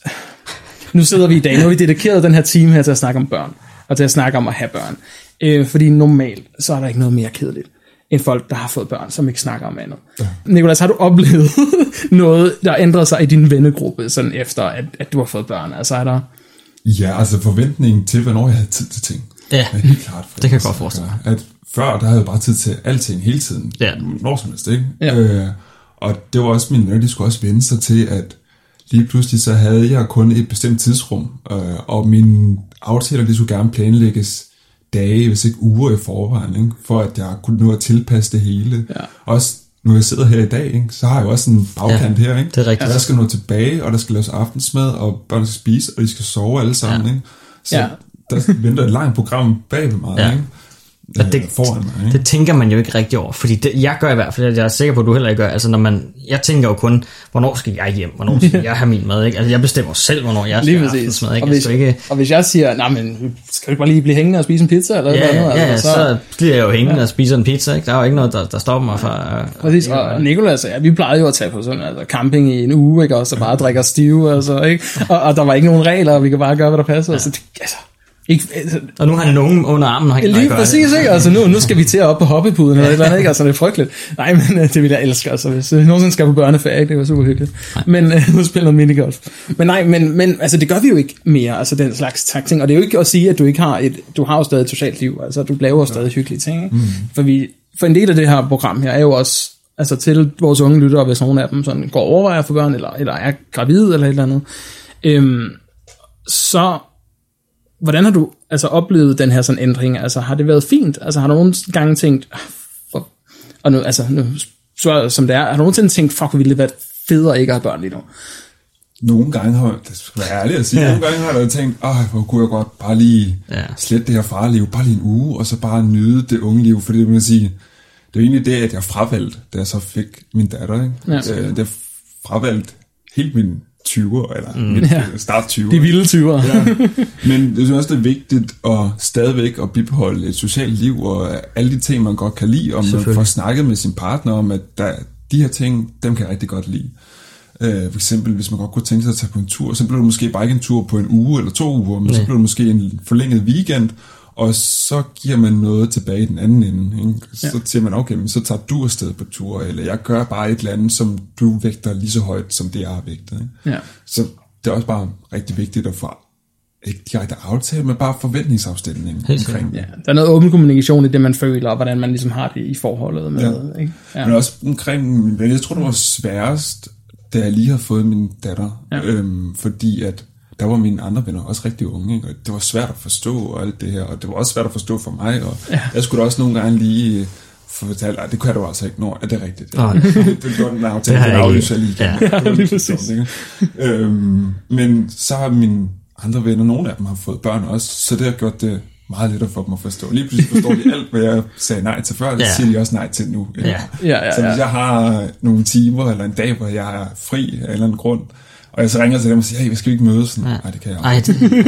nu sidder vi i dag, nu har vi dedikeret den her time her til at snakke om børn, og til at snakke om at have børn. Øh, fordi normalt, så er der ikke noget mere kedeligt, end folk, der har fået børn, som ikke snakker om andet. Ja. Nicolas, har du oplevet noget, der ændrer sig i din vennegruppe, sådan efter, at, at du har fået børn? Altså er der... Ja, altså forventningen til, hvornår jeg havde tid til ting. Ja, er helt klart. Det kan jeg godt forestille mig. At før, der havde jeg bare tid til alting hele tiden. Ja. Når som helst, ikke? Ja. Øh, Og det var også mine venner, de skulle også vende sig til, at lige pludselig så havde jeg kun et bestemt tidsrum, øh, og mine aftaler, de skulle gerne planlægges dage, hvis ikke uger i forvejen, ikke? For at jeg kunne nå at tilpasse det hele. Ja. Også når jeg sidder her i dag, ikke? Så har jeg også en bagkant ja, her, ikke? Det er rigtigt. Der skal nå tilbage, og der skal laves aftensmad, og børn skal spise, og de skal sove alle sammen, ja. Ikke? Så ja. Der venter et langt program bag ved mig, ja. Ikke? Og det, foran mig, det tænker man jo ikke rigtig over, fordi det, jeg gør i hvert fald, jeg er sikker på, at du heller ikke gør, altså når man, jeg tænker jo kun, hvornår skal jeg hjem, hvornår skal jeg have min mad, ikke? Altså jeg bestemmer selv, hvornår jeg skal have aftensmad, ikke? Og hvis, ikke? Og hvis jeg siger, nej, men skal du bare lige blive hængende og spise en pizza, eller ja, noget andet? Ja, altså, så, så bliver jeg jo hængende ja. og spiser en pizza, ikke? Der er jo ikke noget, der, der stopper mig fra... Præcis, og Nicolas og ja, vi plejede jo at tage på sådan altså camping i en uge, ikke? Og så bare drikker stive, altså, ikke? Og, og der var ikke nogen regler, og vi kan bare gøre, hvad der passer, ja. Så det, altså... Ikke, altså, og nu har han en unge under armen, og han lige præcis, ikke? Altså nu, nu skal vi til at op på hoppepuden eller et eller andet, ikke? Altså det er frygteligt. Nej, men det vil jeg elske, altså hvis jeg nogensinde skal på børneferie, ikke? Det var super hyggeligt. Nej. Men uh, nu spiller noget minigolf. Men nej, men, men altså det gør vi jo ikke mere, altså den slags takting. Og det er jo ikke at sige, at du ikke har et, du har jo stadig et socialt liv, altså du laver jo stadig hyggelige ting, ikke? Mm. For, vi, for en del af det her program her er jo også, altså til vores unge lyttere, hvis nogle af dem sådan går overvejer for børn, eller, eller er gravid eller et eller andet, øhm, så hvordan har du altså oplevet den her sådan ændring? Altså har det været fint? Altså har du nogle gange tænkt, for, og nu, altså nu så som det er, har du nogensinde tænkt, fuck, ville det være federe ikke at have børn lige nu? Nogle gange har, det skal være ærligt at sige, ja. Nogle gange har jeg tænkt, åh, hvor kunne jeg godt bare lige ja. slette det her farliv, bare lige en uge, og så bare nyde det unge liv, fordi det vil sige, det er egentlig det, at jeg fravalgte, da jeg så fik min datter, ikke? Ja. Øh, det fravalgte helt min tyver, eller mm. mit ja. start tyver. De vilde tyver. Ja. Men jeg synes også, det er vigtigt at stadigvæk at bibeholde et socialt liv, og alle de ting, man godt kan lide, og man får snakket med sin partner om, at der, de her ting, dem kan jeg rigtig godt lide. Uh, for eksempel, hvis man godt kunne tænke sig at tage på en tur, så bliver det måske bare ikke en tur på en uge eller to uger, men Nej. så bliver det måske en forlænget weekend, og så giver man noget tilbage i den anden ende. Ikke? Så ja. siger man, okay, men så tager du afsted på tur, eller jeg gør bare et eller andet, som du vægter lige så højt, som det jeg har vægtet. Ikke? Ja. Så det er også bare rigtig vigtigt at få ikke direkte aftale, men bare forventningsafstemning omkring det. Ja, der er noget åben kommunikation i det, man føler, og hvordan man ligesom har det i forholdet med. Ja. Ikke? Ja. Men også omkring, jeg tror, det var sværest, da jeg lige har fået min datter, ja. øhm, fordi at der var mine andre venner også rigtig unge, ikke? Og det var svært at forstå og alt det her, og det var også svært at forstå for mig, og ja. jeg skulle da også nogle gange lige få fortalt, at det kan du altså ikke nå, er det rigtigt? Ja. Oh, det, det gjorde den aftale, den aflyser lige igen. Ja, ja, lige præcis. Øhm, men så har mine andre venner, nogle af dem har fået børn også, så det har gjort det meget lettere for dem at forstå. Lige pludselig forstår de alt, hvad jeg sagde nej til før, det ja. siger de også nej til nu. Ja. Ja, ja, ja. Så hvis jeg har nogle timer eller en dag, hvor jeg er fri af en eller anden grund, og jeg så ringer til dem og siger, hey, vi skal ikke mødes. Nej, ja. det kan jeg også. Ej,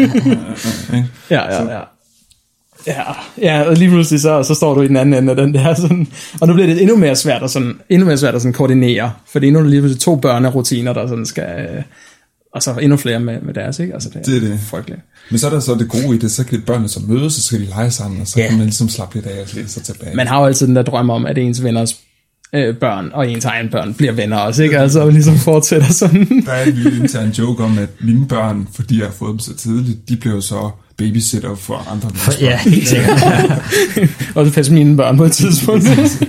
det... ja, ja, ja. Ja, ja, og lige pludselig så, så står du i den anden ende af den der sådan, og nu bliver det endnu mere svært at sådan, endnu mere svært at sådan koordinere, fordi nu er der lige pludselig to børnerutiner, der sådan skal, og så endnu flere med, med deres, ikke? Altså det, det er det. Frygteligt. Men så er der så det gode i det, så kan børnene så mødes, og så skal de lege sammen, og så ja. kan man ligesom slappe lidt af og slet så tilbage. Man har jo altid den der drøm om, at ens venners øh, børn og ens egen børn bliver venner også, ikke? Altså og ligesom fortsætter sådan. Der er en lille intern joke om, at mine børn, fordi jeg har fået dem så tidligt, de bliver så babysitter for andre mennesker. Ja, helt sikkert. Og så passer mine børn på et tidspunkt.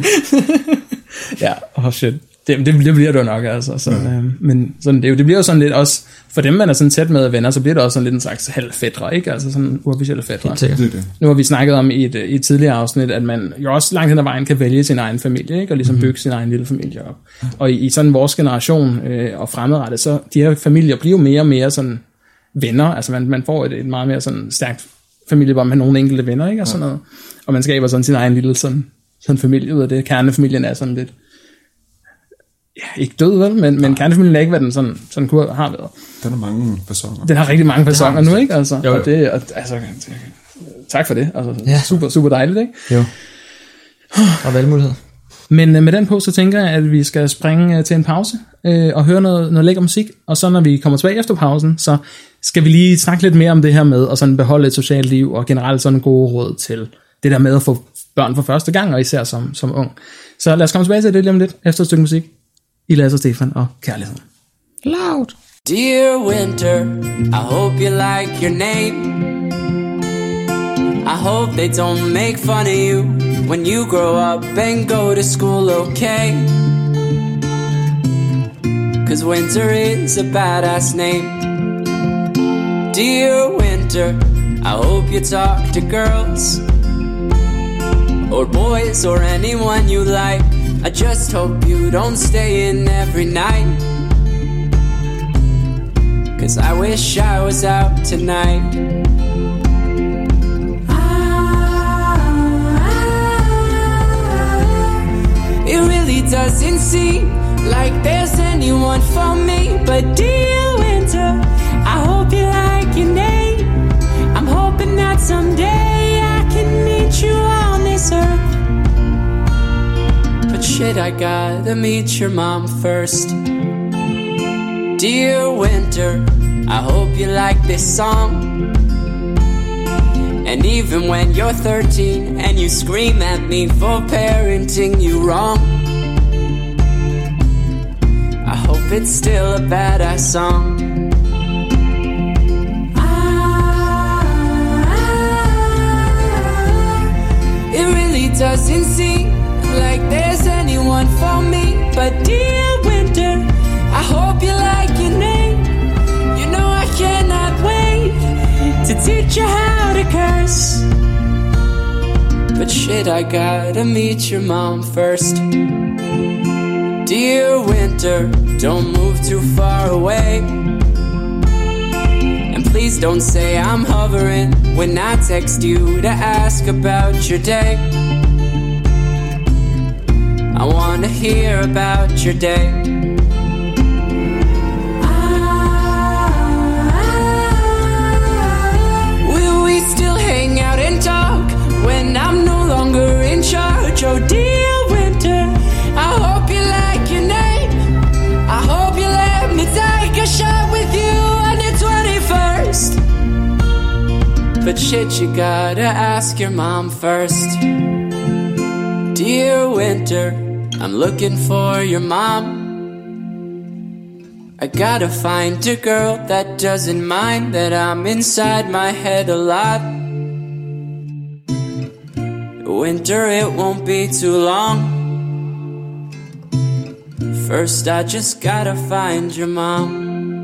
Ja, oh shit. Det, det, det bliver det jo nok, altså. Så, ja. øh, men sådan, det, det bliver jo sådan lidt også, for dem, man er sådan tæt med venner, så bliver det også sådan lidt en slags halvfætre, ikke? Altså sådan uofficielle fætre. Det er det. Nu har vi snakket om i et, i et tidligere afsnit, at man jo også langt hen ad vejen kan vælge sin egen familie, ikke? Og ligesom bygge sin egen lille familie op. Og i, i sådan vores generation øh, og fremadrettet, så de her familier bliver jo mere og mere sådan venner. Altså man, man får et, et meget mere sådan stærkt familiebånd med nogle enkelte venner, ikke? Og sådan noget. Og man skaber sådan sin egen lille sådan, sådan familie ud af det. Kernefamilien er sådan lidt, ja, ikke død vel, men, men kernefamilien er ikke, hvad den sådan, sådan kunne have været. Den har mange personer. Den har rigtig mange personer nu, ikke? Altså, jo, jo. Og det, og, altså, det, tak for det. Altså, ja. Super, super dejligt, ikke? Jo. Og valgmulighed. Men med den på, så tænker jeg, at vi skal springe til en pause øh, og høre noget, noget lækker musik. Og så når vi kommer tilbage efter pausen, så skal vi lige snakke lidt mere om det her med at sådan beholde et socialt liv og generelt sådan gode råd til det der med at få børn for første gang, og især som, som ung. Så lad os komme tilbage til det lige om lidt efter et stykke musik. I Lasse og Stefan og Kærlighed. Loud. Dear winter, I hope you like your name. I hope they don't make fun of you when you grow up and go to school, okay? 'cause winter is a badass name. Dear winter, I hope you talk to girls or boys or anyone you like. I just hope you don't stay in every night, 'cause I wish I was out tonight. It really doesn't seem like there's anyone for me, but dear winter, I hope you like your name. I'm hoping that someday I can meet you on this earth, but shit, I gotta meet your mom first. Dear winter, I hope you like this song, and even when you're thirteen and you scream at me for parenting you wrong, I hope it's still a badass song. It really doesn't seem like there's anyone for me, but dear winter, I hope you like your name. You know I cannot wait to teach you how to curse, but shit, I gotta meet your mom first. Dear winter, don't move too far away, and please don't say I'm hovering when I text you to ask about your day. I wanna hear about your day. Will we still hang out and talk when I'm no longer in charge? Oh dear winter, I hope you like your name. I hope you let me take a shot with you on the twenty-first, but shit, you gotta ask your mom first. Dear winter, I'm looking for your mom. I gotta find a girl that doesn't mind that I'm inside my head a lot. Winter, it won't be too long. First, I just gotta find your mom.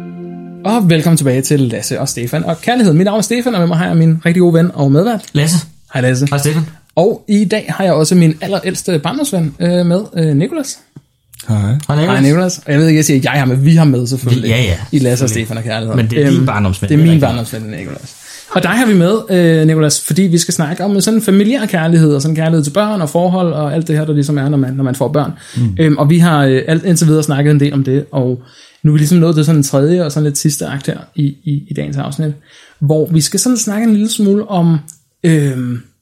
Og velkommen tilbage til Lasse og Stefan og Kærlighed. Mit navn er Stefan, og med mig har jeg min rigtig gode ven og medvært Lasse. Hej Lasse. Hej Stefan. Og i dag har jeg også min allerældste barndomsven øh, med, øh, Nicolas. Hej. Hej Nicolas. Og jeg ved ikke, jeg siger, at jeg har med, vi har med selvfølgelig. Ja, ja. I Lasse og Stefan og Kærlighed. Men det er din barndomsven. Det er min barndomsven, Nicolas. Og dig har vi med, øh, Nicolas, fordi vi skal snakke om sådan en familiær kærlighed, og sådan kærlighed til børn og forhold, og alt det her, der ligesom er, når man, når man får børn. Mm. Øhm, og vi har øh, alt indtil videre snakket en del om det, og nu er vi ligesom nået til sådan en tredje og sådan lidt sidste akt her i, i, i dagens afsnit, hvor vi skal sådan snakke en lille smule om øh,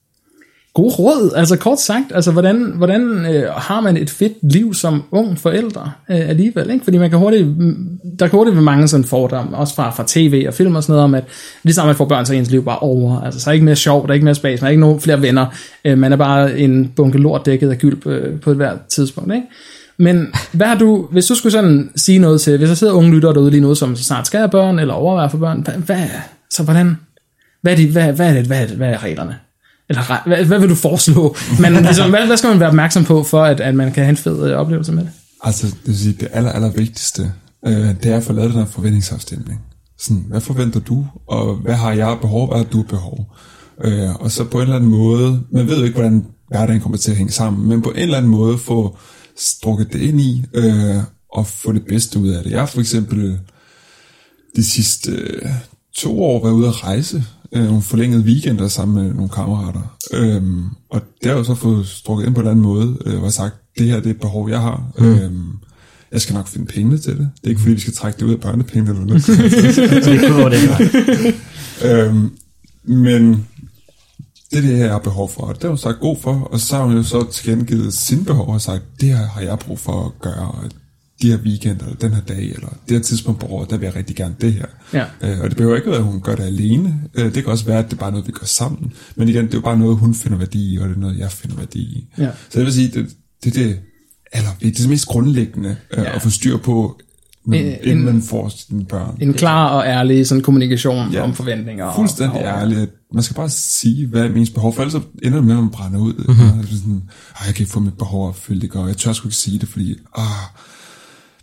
gode råd, altså kort sagt, altså hvordan, hvordan øh, har man et fedt liv som ung forældre øh, alligevel, ikke? Fordi man kan hurtigt, der kan hurtigt være mange sådan fordomme, også fra, fra tv og film og sådan noget, om at ligesom man får børn, så er ens liv bare over, altså så er ikke mere sjov, der er ikke mere spas, man har ikke nogen flere venner, øh, man er bare en bunke lort dækket af gylp øh, på et hvert tidspunkt, ikke? Men hvad har du, hvis du skulle sådan sige noget til, hvis der sidder unge lyttere derude lige nu, som så snart skal have børn, eller overveje for børn, hvad, hvad så hvordan, hvad er, de, hvad, hvad er det, hvad er, det, hvad er reglerne? Eller hvad, hvad vil du foreslå? Men ligesom, hvad, hvad skal man være opmærksom på, for at, at man kan have en fed øh, oplevelse med det? Altså, det vil sige, det aller, aller vigtigste, øh, det er at få lavet den her forventningsafstemning. Sådan, hvad forventer du, og hvad har jeg behov, hvad har du behov? Øh, og så på en eller anden måde, man ved jo ikke, hvordan hverdagen kommer til at hænge sammen, men på en eller anden måde få strukket det ind i, øh, og få det bedste ud af det. Jeg har for eksempel de sidste øh, to år været ude at rejse, øh, nogle forlængede weekender sammen med nogle kammerater, øh, og det har jo så fået strukket ind på en eller anden måde, øh, hvor jeg sagt, det her det er et behov, jeg har. Mm. Øh, jeg skal nok finde penge til det. Det er ikke fordi, vi skal trække det ud af børnepenge eller noget. Det kunne det øh, men det er det her, jeg har behov for, og det har hun sagt god for, og så har hun jo så tilkendegivet sin behov og sagt, det her har jeg brug for at gøre, de her weekender, eller den her dag, eller det her tidspunkt på året, der vil jeg rigtig gerne det her. Ja. Øh, og det behøver ikke være, at hun gør det alene. Øh, det kan også være, at det er bare noget, vi gør sammen. Men igen, det er jo bare noget, hun finder værdi i, og det er noget, jeg finder værdi i. Ja. Så det vil sige, det, det er det, eller, det er det mest grundlæggende øh, ja. At få styr på, når, en, inden man får sine børn. En klar og ærlig sådan kommunikation ja. Om forventninger. Fuldstændig og, og, ærlig. Man skal bare sige, hvad er ens behov, for ellers ender det med, at man brænder ud. Mm-hmm. Sådan, jeg kan ikke få mit behov opfyldt, og jeg tør sgu ikke sige det, fordi, ah,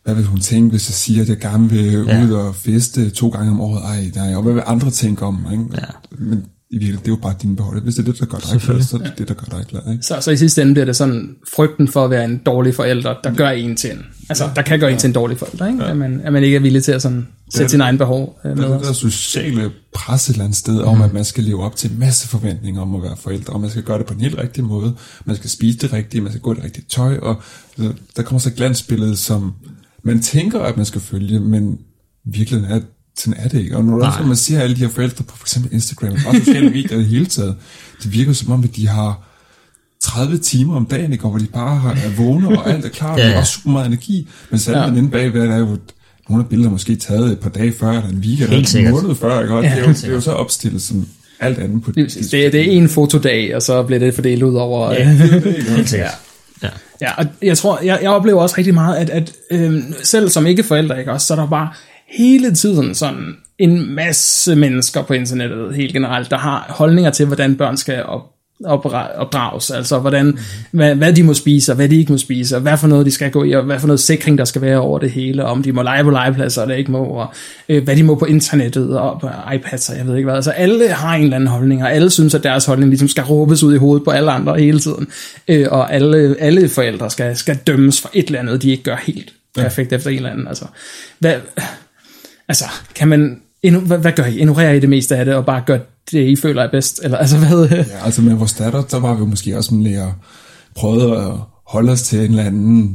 hvad vil hun tænke, hvis jeg siger, at jeg gerne vil ja. ud og feste to gange om året? Ej, nej, og hvad vil andre tænke om mig? Ikke? Ja. Men i virkeligheden, det er jo bare dine behov. Hvis det er det, der gør dig glad, så er det det, der gør dig glad. Ikke? Så, så i sidste ende bliver det sådan frygten for at være en dårlig forælder, der gør en til en. Altså, ja, der kan gøre ja. en til en dårlig forælder, ikke? Ja. At, man, at man ikke er villig til at sådan sætte sin egen behov med os. Det er det der sociale pres et eller andet sted mm. om, at man skal leve op til en masse forventninger om at være forældre, og man skal gøre det på en helt rigtig måde. Man skal spise det rigtige, man skal gå i det rigtige tøj, og der kommer så et glansbillede, som man tænker, at man skal følge, men virkelig er sådan er det ikke. Og når også, man ser alle de her forældre på for eksempel Instagram og sociale medier i det hele taget, det virker som om, at de har tredive timer om dagen, ikke? Og hvor de bare har, er vågne, og alt er klar, ja, ja. Og også super meget energi. Men så er man inde bagved, der er jo nogle af billeder måske taget et par dage før, eller en weekend, eller en måned før, ikke? Og ja, det, er jo, det er jo så opstillet som alt andet på det. Det, det er en fotodag, og så bliver det fordelt ud over... Ja, det er det, ikke? Helt sikkert. Ja. Ja, og jeg tror, jeg, jeg oplever også rigtig meget, at, at øh, selv som ikke forældre, ikke også, så er der bare hele tiden sådan en masse mennesker på internettet, helt generelt, der har holdninger til, hvordan børn skal op, opdrages, altså hvordan, mm-hmm. hvad, hvad de må spise, og hvad de ikke må spise, og hvad for noget de skal gå i, og hvad for noget sikring der skal være over det hele, og om de må lege på legepladser, eller ikke må, og øh, hvad de må på internettet, og på iPads, og jeg ved ikke hvad, altså alle har en eller anden holdning, og alle synes, at deres holdning ligesom skal råbes ud i hovedet på alle andre hele tiden, øh, og alle, alle forældre skal, skal dømmes for et eller andet, de ikke gør helt perfekt ja. efter en eller anden, altså, hvad, altså, kan man, hvad, hvad gør I? Ignorerer I det meste af det, og bare gør det, I føler er bedst? Eller, altså, hvad? Ja, altså med vores datter, der var vi måske også sådan lidt prøvet at holde os til en eller anden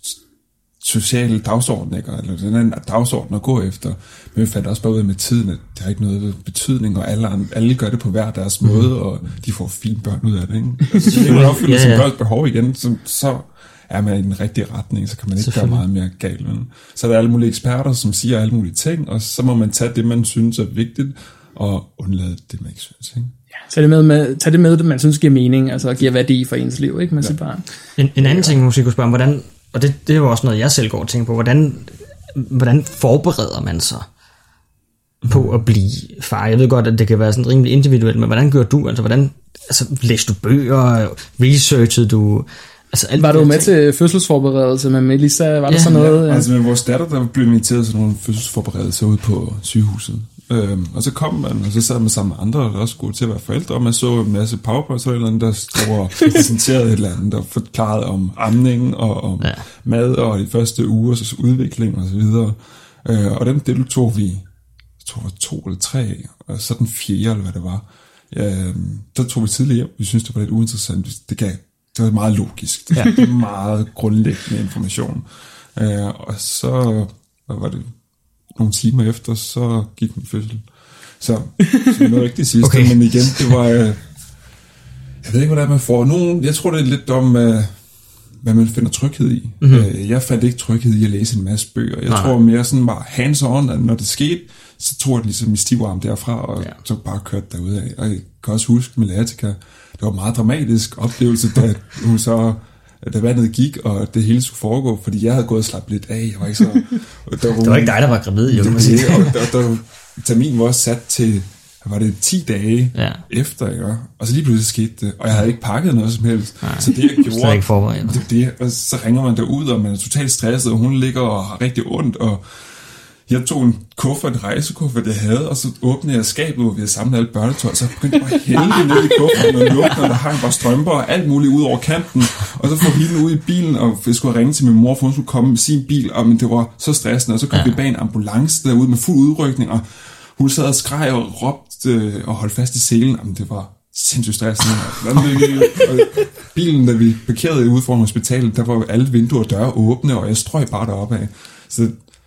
social dagsorden, ikke? Eller den anden dagsorden at gå efter. Men vi fandt også bare ud af med tiden, at det har ikke noget betydning, og alle, alle gør det på hver deres mm. måde, og de får fine børn ud af det, ikke? Altså, så det er jo opfyldt som børns behov igen, så, så er man i den rigtige retning, så kan man ikke gøre meget mere galt. Men så er der alle mulige eksperter, som siger alle mulige ting, og så må man tage det, man synes er vigtigt, og undlade det, man ikke synes. Ikke? Ja, tag det med, med, tag det med, det man synes giver mening, altså giver værdi for ens liv, ikke, med ja. sit barn. En, en anden ting, måske kunne spørge, hvordan, og det, det er jo også noget, jeg selv går og tænker på, hvordan, hvordan forbereder man sig på at blive far? Jeg ved godt, at det kan være sådan rimelig individuelt, men hvordan gør du? Altså, hvordan, altså, læste du bøger? Researchede du? Altså, alt var du med ting. til fødselsforberedelse med Melissa? Var ja, der sådan noget? Ja, altså med vores datter, der blev inviteret til nogle fødselsforberedelser ude på sygehuset. Øhm, og så kom man, og så sad man sammen med andre, der også skulle til at være forældre, og man så en masse powerpoints og et eller andet, der stod og præsenterede et eller andet, der forklarede om amning og om ja. mad og de første ugers udvikling og så videre. Øh, og dem deltog vi, jeg tror det var to eller tre, og så den fjerde, eller hvad det var. Ja, der tog vi tidligere hjem. Vi synes det var lidt uinteressant. Det gav Det var meget logisk. Det var ja. meget grundlæggende information. Øh, og så hvad var det, nogle timer efter, så gik min fødsel. Så, så det var ikke det sidste, okay. Men igen, det var, jeg ved ikke, hvordan man får nogen, jeg tror, det er lidt om, hvad man finder tryghed i. Mm-hmm. Jeg fandt ikke tryghed i at læse en masse bøger. Jeg Nej. tror mere sådan bare hands-on, at når det skete, så tog jeg det ligesom i stiv arm derfra, og ja. så bare kørte derudad. Og jeg kan også huske med Latika, det var en meget dramatisk oplevelse, da hun så, da vandet gik, og det hele skulle foregå, fordi jeg havde gået og slappet lidt af. Jeg var ikke så, der var, det var ikke dig, der var gravid, jo. Det, det, og der, der, terminen var også sat til, var det ti dage ja. efter, ikke? Og så lige pludselig skete det, og jeg havde ikke pakket noget som helst. Nej, så det jeg gjorde, ikke forberedt. Det, det, og så ringer man derud, og man er totalt stresset, og hun ligger og har rigtig ondt, og jeg tog en kuffert, en rejsekuffert, jeg havde, og så åbnede jeg skabet, hvor vi havde samlet alt børnetøj, så jeg begyndte bare at hælde det ned i kufferten og lukke, og der hang bare strømper og alt muligt ud over kanten, og så får vi den ud i bilen, og jeg skulle ringe til min mor, for hun skulle komme med sin bil, og men det var så stressende, og så kom ja. vi bag en ambulance derude med fuld udrykning, og hun sad og skreg og råbte og holdt fast i selen, og det var sindssygt stressende. Og bilen, da vi parkerede ude foran hospitalet, der var alle vinduer og døre åbne, og jeg strøg bare deroppe af. Så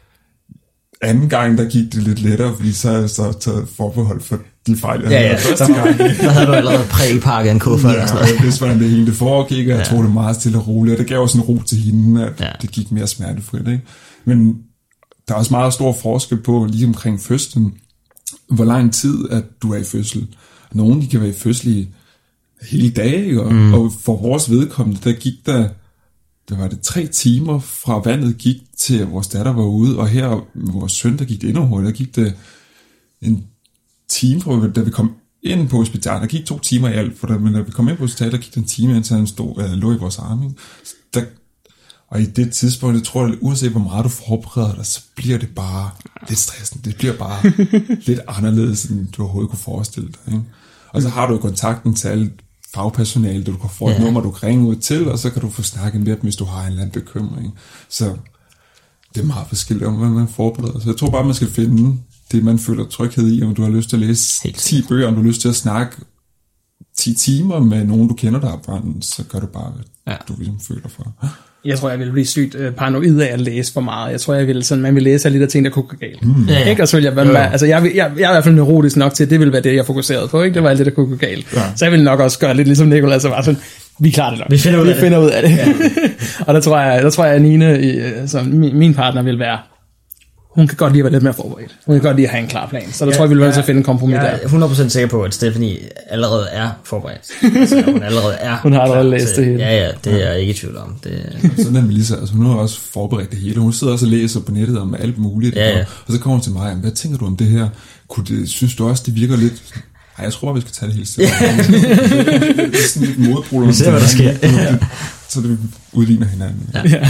anden gang, der gik det lidt lettere, fordi så havde jeg så taget forbehold for de fejl, jeg ja, ja. havde første gang. Der havde du allerede præpakket en kuffert. Ja, og jeg vidste, hvordan det hele det foregik, og jeg ja. tog det meget stille og roligt, og det gav også en ro til hende, at ja. det gik mere smertefrit. Ikke? Men der er også meget stor forskel på, lige omkring fødslen, hvor lang tid, at du er i fødsel. Nogle, de kan være i fødsel i hele dage, og, mm. og for vores vedkommende, der gik der, der var det tre timer fra vandet gik til, at vores datter var ude, og her med vores søn, der gik det endnu hurtigt, der gik det en time, fra, da vi kom ind på hospitalet, der gik to timer i alt, for da, men da vi kom ind på hospitalet, der gik det en time, indtil han stod, øh, lå i vores arme. Der, Og i det tidspunkt, jeg tror, at uanset hvor meget du forbereder dig, så bliver det bare lidt stressende. Det bliver bare lidt anderledes, end du overhovedet kunne forestille dig. Ikke? Og så har du kontakten til alle fagpersonale, du kan få et ja. nummer, du kan ringe ud til, og så kan du få snakket med dem, hvis du har en eller anden bekymring. Så det er meget forskelligt om, hvad man forbereder. Så jeg tror bare, man skal finde det, man føler tryghed i, om du har lyst til at læse Helt ti bøger, om du har lyst til at snakke ti timer med nogen, du kender, der har børn, så gør du bare, hvad ja. du ligesom føler for. Jeg tror, jeg ville blive sygt øh, paranoid af at læse for meget. Jeg tror, jeg ville sådan, man vil læse alle de der ting, der kunne gå galt. Mm. Ja, ja. Ikke? Og så vil jeg, ja. altså, jeg, jeg, jeg er i hvert fald neurotisk nok til, at det ville være det, jeg fokuserede på. Ikke? Det var alt det, der kunne gå galt. Ja. Så jeg ville nok også gøre lidt ligesom Nicolas, så var sådan, vi klarer det nok. Vi finder ud af vi finder det. Ud af det. Ja. Og der tror jeg, der tror jeg, at Nine, som min partner, vil være, hun kan godt lide at være lidt mere forberedt. Hun kan godt lide at have en klar plan. Så der ja, tror jeg, vi vil være ja, til at finde en kompromis der. Jeg er hundrede procent sikker på, at Stephanie allerede er forberedt. Altså, hun allerede er Hun har allerede læst det hele. Ja, ja, det er jeg ikke i tvivl om. Det... Sådan er Melissa. Altså, hun har også forberedt det hele. Hun sidder også og læser på nettet om alt muligt. Ja, ja. Og, og så kommer hun til mig, hvad tænker du om det her? Kunne det, synes du også, det virker lidt... Ej, jeg tror, vi skal tage det hele stedet. Det er sådan lidt modbrug. Vi ser, hvad der sker. Ja. Så det udligner hinanden. Ja. Ja.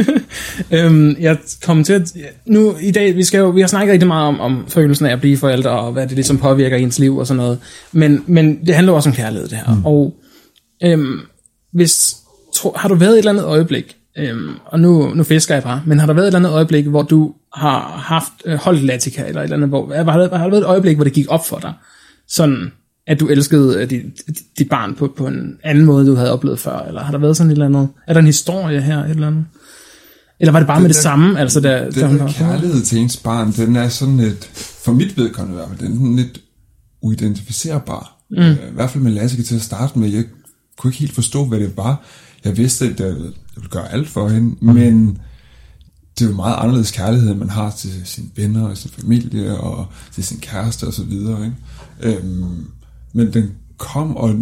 øhm, jeg kommer til at... Nu i dag, vi, skal jo, vi har snakket rigtig meget om, om følelsen af at blive forældre, og hvad det ligesom påvirker ens liv og sådan noget. Men, men det handler også om kærlighed, det her. Mm. Og øhm, hvis, tro, har du været et eller andet øjeblik, øhm, og nu, nu fisker jeg bare, men har der været et eller andet øjeblik, hvor du har haft øh, holdt Latika, eller et eller andet, hvor, har, der, har der været et øjeblik, hvor det gik op for dig, sådan at du elskede dit, dit barn på, på en anden måde, du havde oplevet før? Eller har der været sådan et eller andet? Er der en historie her, et eller andet? Eller var det bare den med det der, samme? Altså, der, den der, der der kærlighed til ens barn, den er sådan lidt, for mit vedkommende i hvert fald, den er sådan lidt uidentificerbar. Mm. I hvert fald med Lasse til at starte med, jeg kunne ikke helt forstå, hvad det var. Jeg vidste, at jeg ville gøre alt for hende, mm. men det er jo meget anderledes kærlighed, man har til sine venner og sin familie og til sin kæreste og så videre, ikke? Øhm, men den kom, og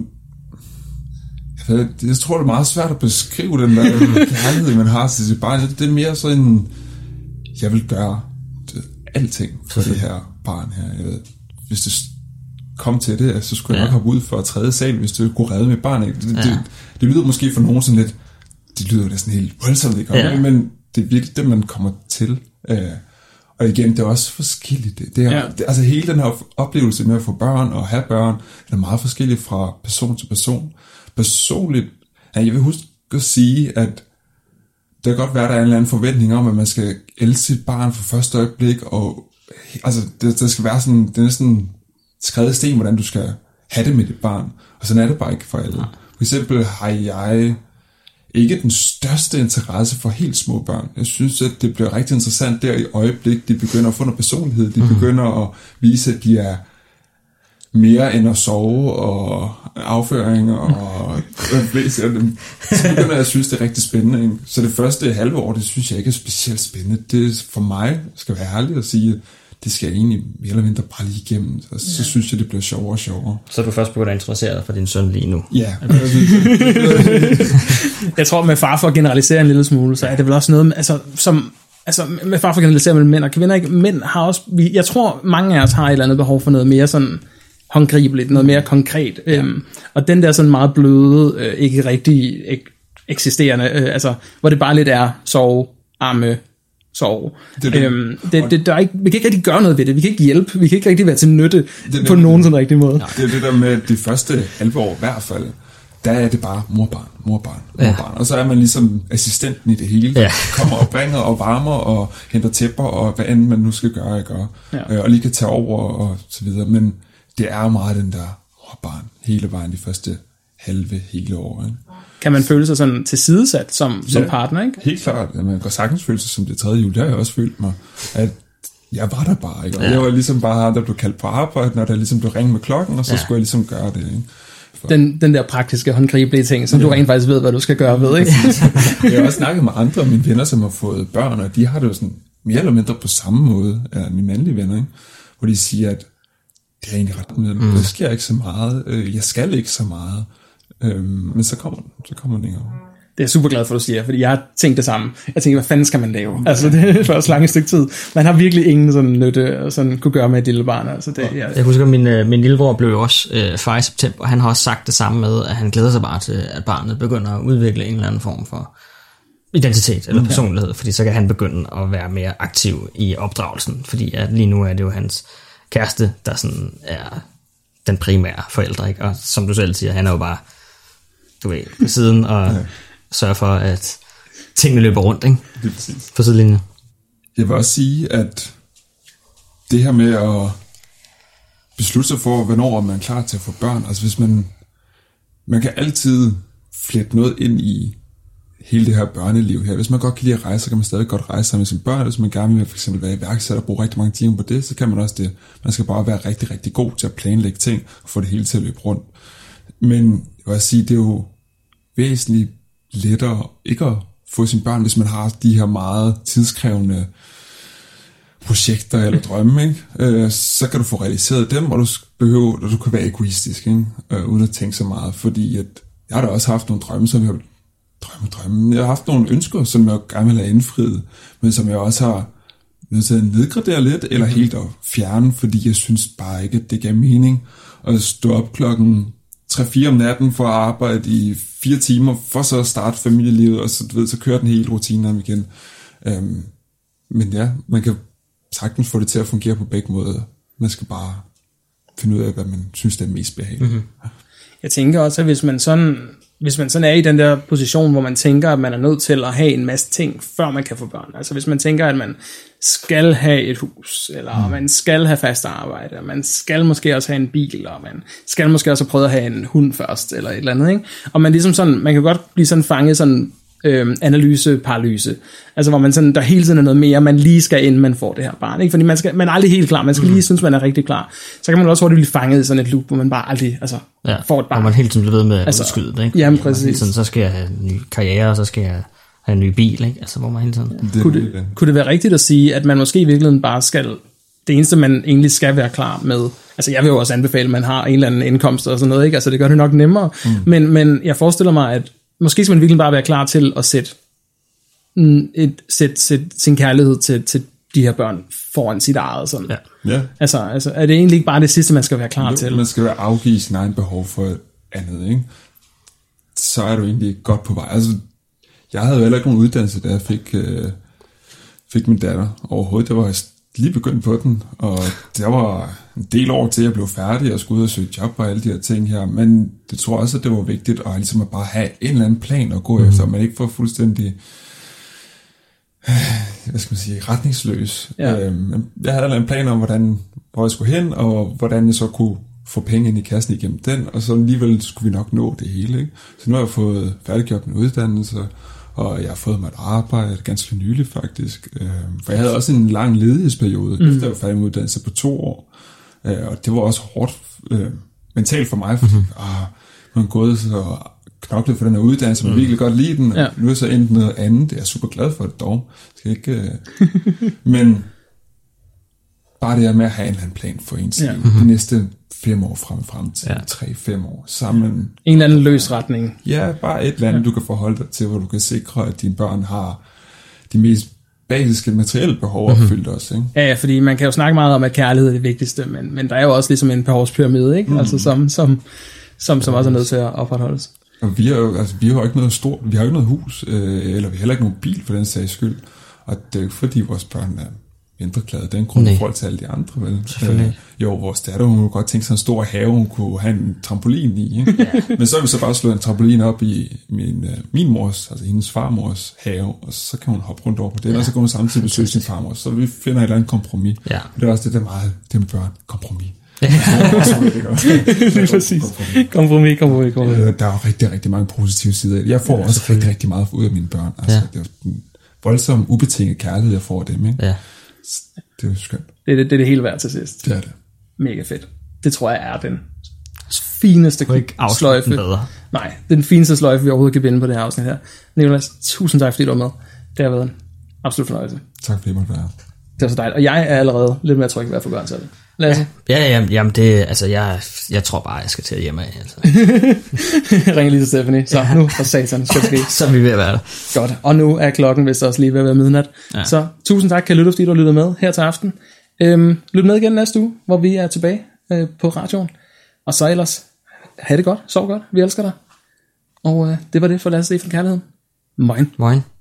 jeg, ved, jeg tror, det er meget svært at beskrive den der kærlighed, man har til sit barn. Det er mere sådan, jeg vil gøre det, alting for det her barn her. Jeg ved, hvis det kom til det, så skulle jeg nok hoppe ud for tredje sal, hvis det kunne redde mit barn. Det, ja. det, det lyder måske for nogen sådan lidt, det lyder jo næsten helt voldsomt, ikke? Ja. Men det er virkelig det, man kommer til. Og igen, det er også forskelligt. Det er, ja. det, altså hele den her oplevelse med at få børn og have børn, er meget forskelligt fra person til person. Personligt, ja, jeg vil huske at sige, at det kan godt være, at der er en eller anden forventning om, at man skal elske sit barn for første øjeblik, og altså, det, det skal være sådan, det er næsten skrevet i sten, hvordan du skal have det med dit barn. Og sådan er det bare ikke for alle. For eksempel har jeg ikke den største interesse for helt små børn. Jeg synes, at det bliver rigtig interessant der i øjeblik, de begynder at få noget personlighed, de begynder at vise, at de er mere end at sove og afføring og flest af dem. Så begynder jeg at synes, det er rigtig spændende. Ikke? Så det første halve år, det synes jeg ikke er specielt spændende. Det for mig, skal være ærlig at sige, det skal jeg egentlig mere eller mindre bare lige igennem. Og så ja. synes jeg, det bliver sjovere og sjovere. Så er du først begyndt at interessere dig for din søn lige nu? Ja. Jeg tror, med far for at generalisere en lille smule, så er det vel også noget, altså, som, altså med far for at generalisere mellem mænd og kvinder, ikke? Mænd har også, jeg tror, mange af os har et eller andet behov for noget mere sådan håndgribeligt, noget mere konkret. Ja. Øhm, og den der sådan meget bløde, øh, ikke rigtig ek- eksisterende, øh, altså, hvor det bare lidt er sove, amme, sove. Det, det. Øhm, det, det, der er ikke, vi kan ikke rigtig gøre noget ved det, vi kan ikke hjælpe, vi kan ikke rigtig være til nytte det, på det, nogen sådan rigtig måde. Det er det der med de første halve år i hvert fald, der er det bare morbarn, morbarn, morbarn. Ja. Og så er man ligesom assistenten i det hele, ja. kommer og bringer og varmer og henter tæpper og hvad end man nu skal gøre, jeg gør. Ja. Øh, og lige kan tage over og så videre. Men det er meget den der morbarn hele vejen de første halve hele år. Ikke? Kan man føle sig sådan tilsidesat som, ja, som partner, ikke? Helt klart. Man kan sagtens føle sig som det tredje jul. Det har jeg også følt mig, at jeg var der bare, ikke? Og ja. jeg var ligesom bare ham, der blev kaldt på arbejde, når der ligesom blev ringet med klokken, og så ja. skulle jeg ligesom gøre det, ikke? For... Den, den der praktiske håndgribelige ting, som ja. du rent faktisk ved, hvad du skal gøre ved, ikke? Jeg har også snakket med andre af mine venner, som har fået børn, og de har det jo sådan mere eller mindre på samme måde af mine mandlige venner, ikke? Hvor de siger, at det er egentlig ret med, mm. der sker ikke så meget, jeg skal ikke så meget, øhm, men så kommer den, så kommer den ikke over. Det er jeg super glad for, at du siger, fordi jeg har tænkt det samme. Jeg tænker, hvad fanden skal man lave? Altså, det er først langt stykke tid. Man har virkelig ingen sådan nytte, og sådan kunne gøre med et lille barn. Altså, det, ja. Jeg husker, at min, min lillebror blev jo også øh, far i september, og han har også sagt det samme med, at han glæder sig bare til, at barnet begynder at udvikle en eller anden form for identitet eller personlighed, fordi så kan han begynde at være mere aktiv i opdragelsen, fordi at lige nu er det jo hans kæreste, der sådan er den primære forældre, ikke? Og som du selv siger, han er jo bare, du ved, på siden og ja. sørger for, at tingene løber rundt, ikke? Det er præcis. På sidelinjen. Jeg vil også sige, at det her med at beslutte sig for, hvornår man er klar til at få børn, altså hvis man, man kan altid flette noget ind i hele det her børneliv her. Hvis man godt kan lide at rejse, så kan man stadig godt rejse sammen med sine børn. Hvis man gerne vil for eksempel være iværksætter og bruge rigtig mange timer på det, så kan man også det. Man skal bare være rigtig, rigtig god til at planlægge ting og få det hele til at løbe rundt. Men jeg vil sige, det er jo væsentligt lettere ikke at få sine børn, hvis man har de her meget tidskrævende projekter eller drømme, ikke? Øh, så kan du få realiseret dem, og du behøver, og du kan være egoistisk, ikke? Øh, uden at tænke så meget, fordi at jeg har da også haft nogle drømme, som jeg har drømme, drømme. Jeg har haft nogle ønsker, som jeg gerne vil have indfriet, men som jeg også har nødt til at nedgradere lidt, eller helt at fjerne, fordi jeg synes bare ikke, at det gav mening at stå op klokken tre fire om natten for at arbejde i fire timer, for så at starte familielivet, og så, du ved, så kører den hele rutinen om igen. Øhm, men ja, man kan sagtens få det til at fungere på begge måder. Man skal bare finde ud af, hvad man synes, det er mest behageligt. Mm-hmm. Jeg tænker også, at hvis man sådan... Hvis man sådan er i den der position, hvor man tænker, at man er nødt til at have en masse ting, før man kan få børn. Altså hvis man tænker, at man skal have et hus, eller mm. man skal have fast arbejde, og man skal måske også have en bil, og man skal måske også prøve at have en hund først, eller et eller andet, ikke? Og man ligesom sådan, man kan godt blive sådan fanget sådan øh, analyse-paralyse. Altså hvor man sådan, der hele tiden er noget mere, man lige skal inden man får det her barn, ikke? Fordi man, skal, man er aldrig helt klar, man skal lige mm. synes, man er rigtig klar. Så kan man også hurtigt blive fanget i sådan et loop, hvor man bare aldrig altså, ja, får et barn. og man hele tiden bliver ved med at altså, udskyde det, ikke? Jamen præcis. Sådan, så skal jeg have en ny karriere, og så skal jeg have en ny bil, ikke? Altså hvor man hele tiden... Det, kunne, det, kunne det være rigtigt at sige, at man måske i virkeligheden bare skal... Det eneste, man egentlig skal være klar med... Altså jeg vil jo også anbefale, at man har en eller anden indkomst og sådan noget, ikke? Altså det gør det nok nemmere. Mm. Men, men jeg forestiller mig, at måske skal man virkelig bare være klar til at sætte, et, sætte, sætte sin kærlighed til, til de her børn foran sit eget. Sådan. Ja. Ja. Altså, altså er det egentlig ikke bare det sidste, man skal være klar jo, til? Man skal være afgive sin egen behov for andet, ikke? Så er du egentlig godt på vej. Altså, jeg havde jo heller ikke nogen uddannelse, da jeg fik, øh, fik min datter overhovedet. Det var jeg lige begyndt på den, og der var en del år til, at jeg blev færdig og skulle ud og søge job og alle de her ting her. Men det tror også, at det var vigtigt at, ligesom at bare have en eller anden plan at gå mm-hmm. efter, man ikke får fuldstændig... hvad skal man sige, retningsløs. Ja. Øhm, jeg havde en plan om, hvordan, hvor jeg skulle hen, og hvordan jeg så kunne få penge ind i kassen igennem den, og så alligevel skulle vi nok nå det hele. Ikke? Så nu har jeg fået færdiggjort min uddannelse, og jeg har fået mig et arbejde ganske nylig faktisk. Øhm, for jeg havde også en lang ledighedsperiode, mm. efter jeg var færdig med uddannelse på to år. Øh, og det var også hårdt øh, mentalt for mig, fordi mm-hmm. ah, man er gået så knoklet for den her uddannelse, man mm. virkelig godt lide den, og ja. Nu er så endt noget andet. Jeg er super glad for det dog. Skal ikke, øh... men bare det her med at have en eller anden plan for ens ja. liv. Mm-hmm. De næste fem år frem frem til ja. tre-fem år sammen. En eller anden løs retning. Ja, bare et eller andet, ja. du kan forholde dig til, hvor du kan sikre, at dine børn har de mest basiske materielle behov opfyldt mm-hmm. også. Ikke? Ja, ja, fordi man kan jo snakke meget om, at kærlighed er det vigtigste, men, men der er jo også ligesom en behovspyramide, ikke? Mm. Altså, som, som, som, som også er nødt til at opretholdes. Og vi har jo, altså, vi har jo ikke noget stort, vi har jo ikke noget hus, øh, eller vi har heller ikke nogen bil for den sags skyld. Og det er jo ikke fordi vores børn er mindre glade. Det er en grund i forhold til alle de andre, vel? Øh, jo, vores datter, hun kunne godt tænke sig en stor have, hun kunne have en trampolin i, ikke? Ja. Men så har vi så bare slået en trampolin op i min, øh, min mors, altså hendes farmors have, og så kan hun hoppe rundt over på det, ja. Og så kan hun samtidig besøge sin farmor. Så vi finder et eller andet kompromis. Ja. Og det er også det, der er meget, det med børn, kompromis. Ja. Lige præcis. Kompromis, kompromis, kompromis. Der er jo rigtig, rigtig mange positive sider i det. Jeg får ja, også rigtig, rigtig meget ud af mine børn. Altså, ja. Det er jo en voldsom, ubetinget kærlighed, jeg får af dem. Ikke? Ja. Det er jo skønt. Det er det, det er det hele værd til sidst. Det er det. Mega fedt. Det tror jeg er den fineste sløjfe. Nej, den fineste sløjfe, vi overhovedet kan vinde på det her afsnit her. Nicolas, tusind tak, fordi du var med. Det har været en absolut fornøjelse. Tak fordi jeg måtte være. Det er så dejligt. Og jeg er allerede lidt mere tryg ved at få børn til det. Lasse? Ja, ja, jamen det, altså jeg, jeg tror bare, jeg skal til at hjemme af. Altså. Ring lige til Stephanie. Så ja. Nu for satan skal det ske. Så er vi ved at være der. Godt. Og nu er klokken vist også lige ved at være midnat. Ja. Så tusind tak, kan lytte, fordi du har lyttet med her til aften. Øhm, lyt med igen næste uge, hvor vi er tilbage øh, på radioen. Og så ellers, have det godt, sov godt, vi elsker dig. Og øh, det var det for Lasse Stefan Kærligheden. Moin. Moin.